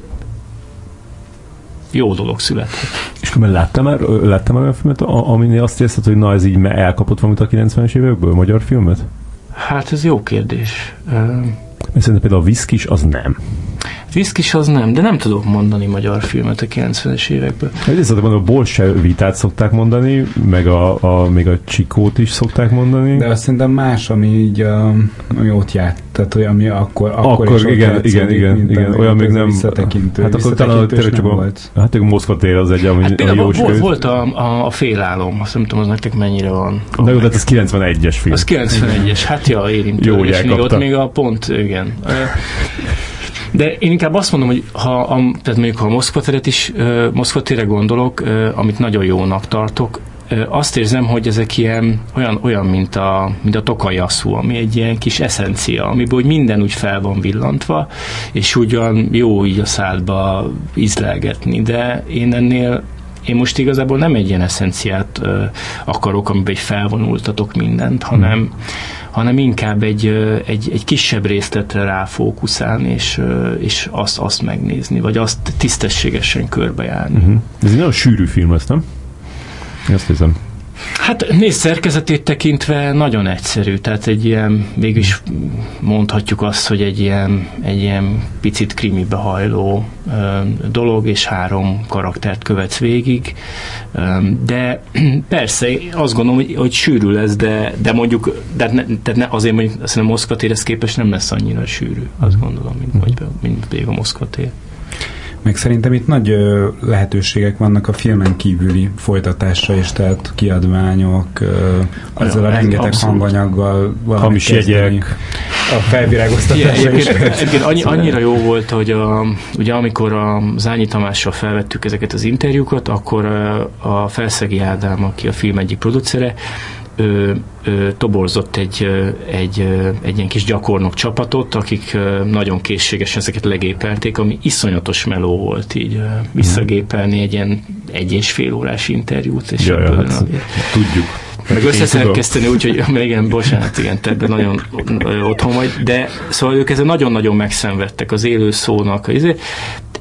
jó dolog születhet. És akkor láttam már, láttam már olyan filmet, aminél azt érzed, hogy na ez így elkapott valamit a kilencvenes évekből, magyar filmet? Hát ez jó kérdés. Mert szerintem például a Viszkis az nem. Viszkis az nem, de nem tudok mondani magyar filmet a kilencvenes évekből. Egyrészt mondom, a bolsevitát szokták mondani, meg a, a, még a Csikót is szokták mondani. De azt szerintem más, ami így a, ami ott járt, tehát olyan, ami akkor, akkor, akkor is igen, igen, igen, igen, igen, olyan még nem... Visszatekintő. Hát akkor talán tényleg csak a, hát a Moszkva tér az egy, ami, hát ami jó volt, volt a, a, a Félálom, azt nem tudom, az nektek mennyire van. De jó, tehát ez kilencvenegyes film. Az kilencvenegyes, hát ja, érintő. Jó, és még ott még a pont, igen. De én inkább azt mondom, hogy ha a, tehát mondjuk ha a Moszkva teret is, uh, Moszkva térre gondolok, uh, amit nagyon jónak tartok, uh, azt érzem, hogy ezek ilyen, olyan, olyan mint a, mint a Tokajasszú, ami egy ilyen kis eszencia, amiből hogy minden úgy fel van villantva, és ugyan jó így a szádba ízlelgetni, de én ennél én most igazából nem egy ilyen eszenciát uh, akarok, amiben felvonultatok mindent, hanem hmm. hanem inkább egy, egy, egy kisebb részletre ráfókuszálni, és, és azt, azt megnézni, vagy azt tisztességesen körbejárni. Uh-huh. Ez egy nagyon sűrű film, ezt nem? Azt hiszem. Hát nézd, szerkezetét tekintve nagyon egyszerű, tehát egy ilyen, mégis mondhatjuk azt, hogy egy ilyen, egy ilyen picit krimibe hajló ö, dolog, és három karaktert követsz végig, ö, de persze azt gondolom, hogy, hogy sűrű lesz, de, de mondjuk, de ne, de ne, azért mondjuk azt a Moszkva térhez képest nem lesz annyira sűrű, azt gondolom, mint, vagy, mint még a Moszkva tér. Meg szerintem itt nagy ö, lehetőségek vannak a filmen kívüli folytatásra is, tehát kiadványok, ö, azzal a rengeteg abszolút. hanganyaggal hamis jegyek, a felvirágoztatásra is. Egyébként annyi, annyira jó volt, hogy a, ugye amikor a Zányi Tamással felvettük ezeket az interjúkat, akkor a, a Felszegi Ádám, aki a film egyik producere, Ő, ő toborzott egy, egy, egy ilyen kis gyakornok csapatot, akik nagyon készségesen ezeket legépelték, ami iszonyatos meló volt így visszagépelni egy ilyen egy és fél órás interjút. És ja, ja, hát tudjuk. Meg összeszerkeszteni, úgyhogy igen, bocsánat, igen, te ebben nagyon otthon vagy, de szóval ők ezzel nagyon-nagyon megszenvedtek az élő szónak.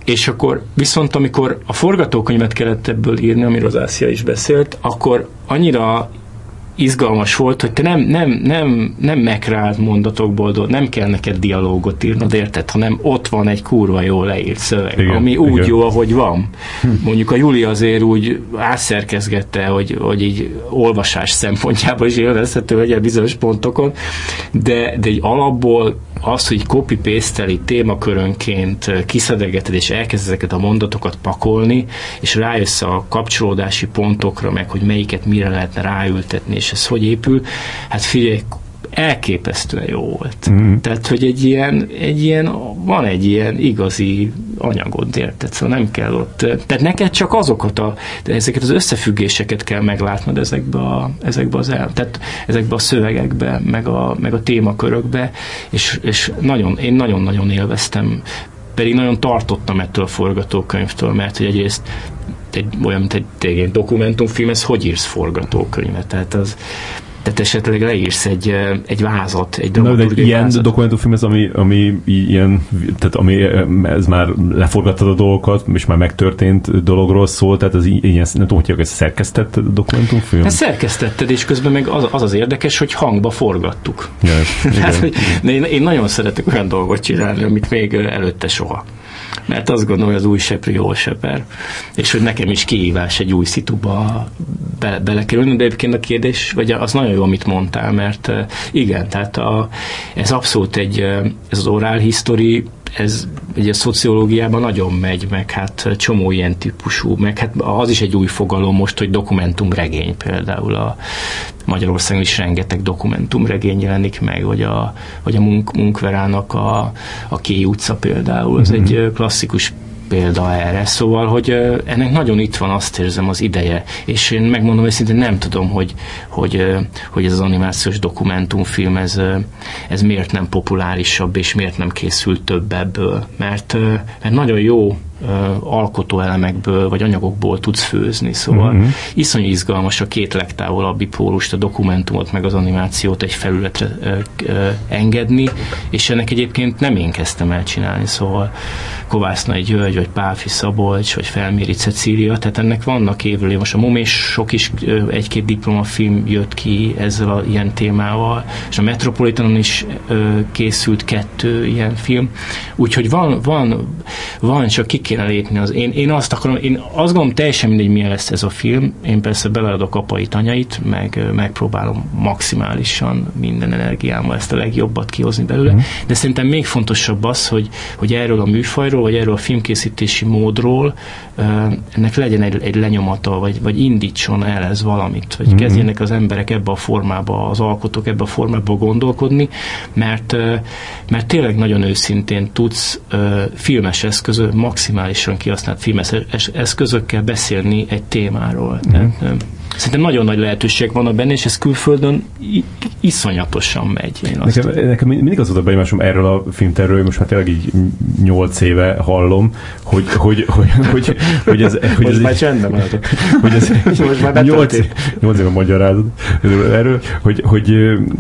és akkor viszont amikor a forgatókönyvet kellett ebből írni, amiről az Ászia is beszélt, akkor annyira izgalmas volt, hogy te nem, nem, nem, nem megrált mondatokból, nem kell neked dialógot írnod, érted, hanem ott van egy kurva jól leírt szöveg, igen, ami úgy igen. jó, ahogy van. Mondjuk a Júli azért úgy átszerkezgette, hogy, hogy így olvasás szempontjából is élvezhető legyen bizonyos pontokon, de, de egy alapból az, hogy copy-paste-teli témakörönként kiszedegeted, és elkezd ezeket a mondatokat pakolni, és rájössz a kapcsolódási pontokra, meg hogy melyiket mire lehetne ráültetni, és ez hogy épül, hát figyelj, elképesztően jó volt. Mm. Tehát, hogy egy ilyen, egy ilyen, van egy ilyen igazi anyagod, érted? Szóval nem kell ott, tehát neked csak azokat a, ezeket az összefüggéseket kell meglátnod ezekbe a, ezekbe az el, tehát ezekbe a szövegekbe, meg a, meg a témakörökbe, és, és nagyon, én nagyon-nagyon élveztem, pedig nagyon tartottam ettől a forgatókönyvtől, mert hogy egyrészt egy, olyan, mint egy, egy dokumentumfilm, ez hogy írsz forgatókönyvet? Tehát az tehát esetleg leírsz egy, egy vázat, egy dramaturgiai ilyen vázat. dokumentumfilm ez, ami, ami ilyen, tehát ami ez már leforgattad a dolgokat, és már megtörtént dologról szól, tehát az ilyen, nem tudom, hogy ez szerkesztett dokumentumfilm? Hát szerkesztetted, és közben meg az az, az érdekes, hogy hangba forgattuk. Ja, hát, hogy én, én nagyon szeretek olyan dolgot csinálni, amit még előtte soha. Mert azt gondolom, hogy az új sepri jól seper, és hogy nekem is kihívás egy új szituba be, belekerülni, de egyébként a kérdés, vagy az nagyon jó, amit mondtál, mert igen, tehát a, ez abszolút egy, ez az oral history, ez ugye a szociológiában nagyon megy, meg hát csomó ilyen típusú, meg hát az is egy új fogalom most, hogy dokumentumregény például a Magyarországon is rengeteg dokumentumregény jelenik meg, vagy a, vagy a Munk, Munkverának a, a Kéj utca például, ez mm-hmm. egy klasszikus példa erre, szóval, hogy ennek nagyon itt van, azt érzem, az ideje, és én megmondom őszintén, nem tudom, hogy, hogy, hogy ez az animációs dokumentumfilm, ez, ez miért nem populárisabb, és miért nem készült több ebből, mert, mert nagyon jó alkotóelemekből, vagy anyagokból tudsz főzni, szóval mm-hmm. iszonyú izgalmas a két legtávolabbi pólust, a dokumentumot, meg az animációt egy felületre ö, ö, engedni, és ennek egyébként nem én kezdtem el csinálni, szóval Kovásznai György, vagy Pálfi Szabolcs, vagy Felméri Cecília, tehát ennek vannak évről, most a Momésok is egy-két diplomafilm jött ki ezzel a ilyen témával, és a Metropolitanon is ö, készült kettő ilyen film, úgyhogy van, van, van csak ki kéne lépni az. Én, én azt akarom, én azt gondolom, teljesen mindegy, milyen lesz ez a film, én persze beleadok apait, anyait, meg megpróbálom maximálisan minden energiámmal ezt a legjobbat kihozni belőle, mm. de szerintem még fontosabb az, hogy, hogy erről a műfajról, vagy erről a filmkészítési módról uh, ennek legyen egy, egy lenyomata, vagy, vagy indítson el ez valamit, vagy mm. kezdjenek az emberek ebbe a formába, az alkotók ebbe a formába gondolkodni, mert, uh, mert tényleg nagyon őszintén tudsz uh, filmes eszközök, maximálisan kihasznált filmes eszközökkel beszélni egy témáról. Mm. Tehát, uh, Szerintem nagyon nagy lehetőség van benne, és ez külföldön iszonyatosan megy. Én azt nekem, nekem mindig az volt a benyomásom erről a filmterről, most már tényleg így nyolc éve hallom, hogy, hogy, hogy, hogy, hogy ez... Hogy most ez már csendben álltok. Hogy ez nyolc éve magyarázat erről, hogy, hogy,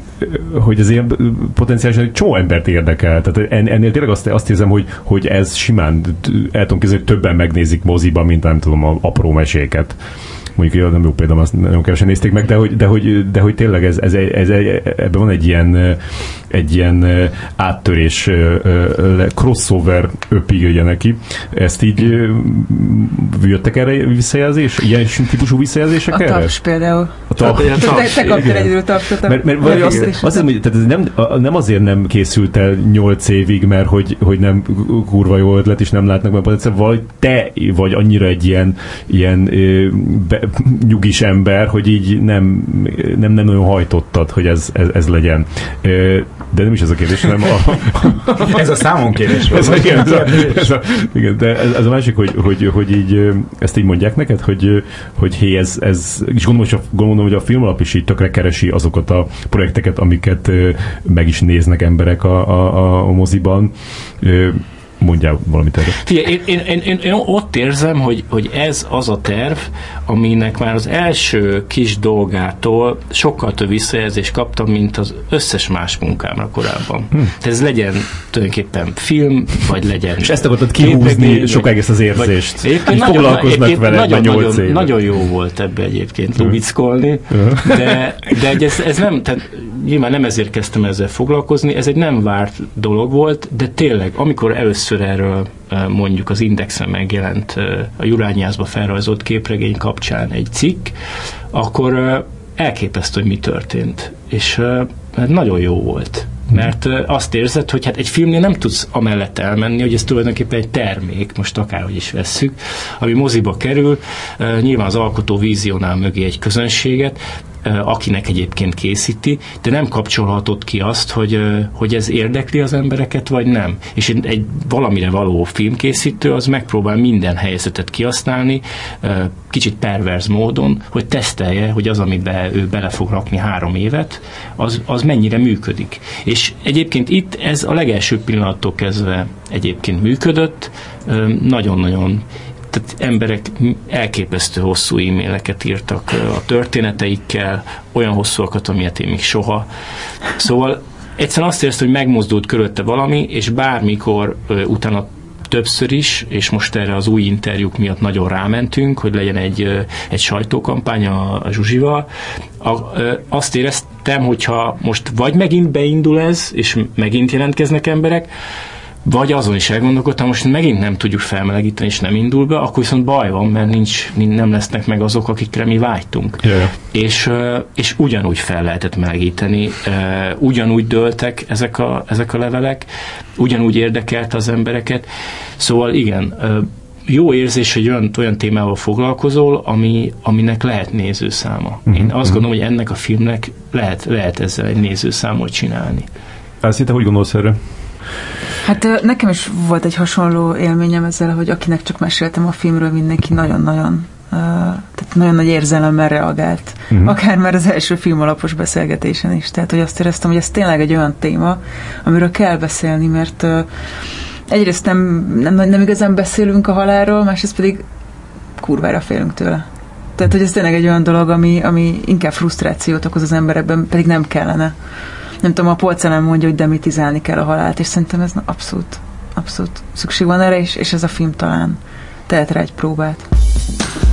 hogy ez ilyen potenciálisan egy csomó embert érdekel. Tehát ennél tényleg azt, azt érzem, hogy, hogy ez simán el tudom képzelni, hogy többen megnézik moziba, mint nem tudom, a apró meséket. Mondjuk, hogy nem jó például, azt nagyon kevesen nézték meg, de hogy, de hogy, de hogy tényleg ez, ez, ez, ez, ebben van egy ilyen, egy ilyen áttörés, crossover öpig ugye neki. Ezt így jöttek erre visszajelzés? Ilyen típusú visszajelzések a erre? A taps például. A taps. Te, te kaptál egyedül tapsot. Mert, mert vagy azt, azt hiszem, hogy tehát ez nem, nem azért nem készült el nyolc évig, mert hogy, hogy nem kurva jó ötlet, és nem látnak meg potenciál, vagy te vagy annyira egy ilyen, ilyen be, nyugis ember, hogy így nem, nem, nem nagyon hajtottad, hogy ez, ez, ez legyen. De nem is ez a kérdés, hanem a... ez a számon kérdés. Ez a, igen, ez a, ez a, igen, de ez, ez a másik, hogy, hogy, hogy így ezt így mondják neked, hogy, hogy hé, ez, ez és gondolom, hogy a, gondolom, hogy a film alap is így tökre keresi azokat a projekteket, amiket meg is néznek emberek a, a, a moziban. Mondjál valamit erre. Figyelj, én, én, én, én ott érzem, hogy, hogy ez az a terv, aminek már az első kis dolgától sokkal több visszajelzést kaptam, mint az összes más munkámra korábban. Hmm. Tehát ez legyen tulajdonképpen film, vagy legyen... És ezt akartad kihúzni sokáig ezt az érzést. Egyébként nagyon, foglalkoznak egyébként vele nagyon, nyolc nagyon, nagyon jó volt ebbe egyébként lubickolni, de, de ez, ez nem, tehát nyilván nem ezért kezdtem ezzel foglalkozni, ez egy nem várt dolog volt, de tényleg, amikor először erről mondjuk az Indexen megjelent a Jurányászba felrajzolt képregény kapcsán egy cikk, akkor elképesztő, hogy mi történt. És nagyon jó volt. Mert azt érzed, hogy hát egy filmnél nem tudsz amellett elmenni, hogy ez tulajdonképpen egy termék, most akárhogy is vesszük, ami moziba kerül, nyilván az alkotó vízionál mögé egy közönséget, akinek egyébként készíti, de nem kapcsolhatod ki azt, hogy, hogy ez érdekli az embereket, vagy nem. És egy, egy valamire való filmkészítő az megpróbál minden helyzetet kihasználni, kicsit perverz módon, hogy tesztelje, hogy az, amiben ő bele fog rakni három évet, az, az mennyire működik. És egyébként itt ez a legelső pillanattól kezdve egyébként működött, nagyon-nagyon tehát emberek elképesztő hosszú e-maileket írtak a történeteikkel, olyan hosszúakat, amilyet én még soha. Szóval egyszerűen azt éreztem, hogy megmozdult körülötte valami, és bármikor utána többször is, és most erre az új interjúk miatt nagyon rámentünk, hogy legyen egy, egy sajtókampány a, a Zsuzsival. A, azt éreztem, hogyha most vagy megint beindul ez, és megint jelentkeznek emberek, vagy azon is elgondolkodtam, most megint nem tudjuk felmelegíteni, és nem indul be, akkor viszont baj van, mert nincs, nem lesznek meg azok, akikre mi vágytunk. Yeah. És, és ugyanúgy fel lehetett melegíteni, ugyanúgy dőltek ezek a, ezek a levelek, ugyanúgy érdekelt az embereket. Szóval igen, jó érzés, hogy olyan, olyan témával foglalkozol, ami, aminek lehet nézőszáma. Uh-huh. Én azt gondolom, hogy ennek a filmnek lehet, lehet ezzel egy nézőszámot csinálni. Azt te hogy gondolsz erre? Hát nekem is volt egy hasonló élményem ezzel, hogy akinek csak meséltem a filmről, mindenki nagyon-nagyon uh, tehát nagyon nagy érzelemmel reagált. Uh-huh. Akár már az első film alapos beszélgetésen is. Tehát, hogy azt éreztem, hogy ez tényleg egy olyan téma, amiről kell beszélni, mert uh, egyrészt nem, nem, nem igazán beszélünk a halálról, másrészt pedig kurvára félünk tőle. Tehát, hogy ez tényleg egy olyan dolog, ami, ami inkább frusztrációt okoz az emberekben, pedig nem kellene. Nem tudom, a Polcelen mondja, hogy demitizálni kell a halált, és szerintem ez abszolút, abszolút szükség van erre, és, és ez a film talán tehet rá egy próbát.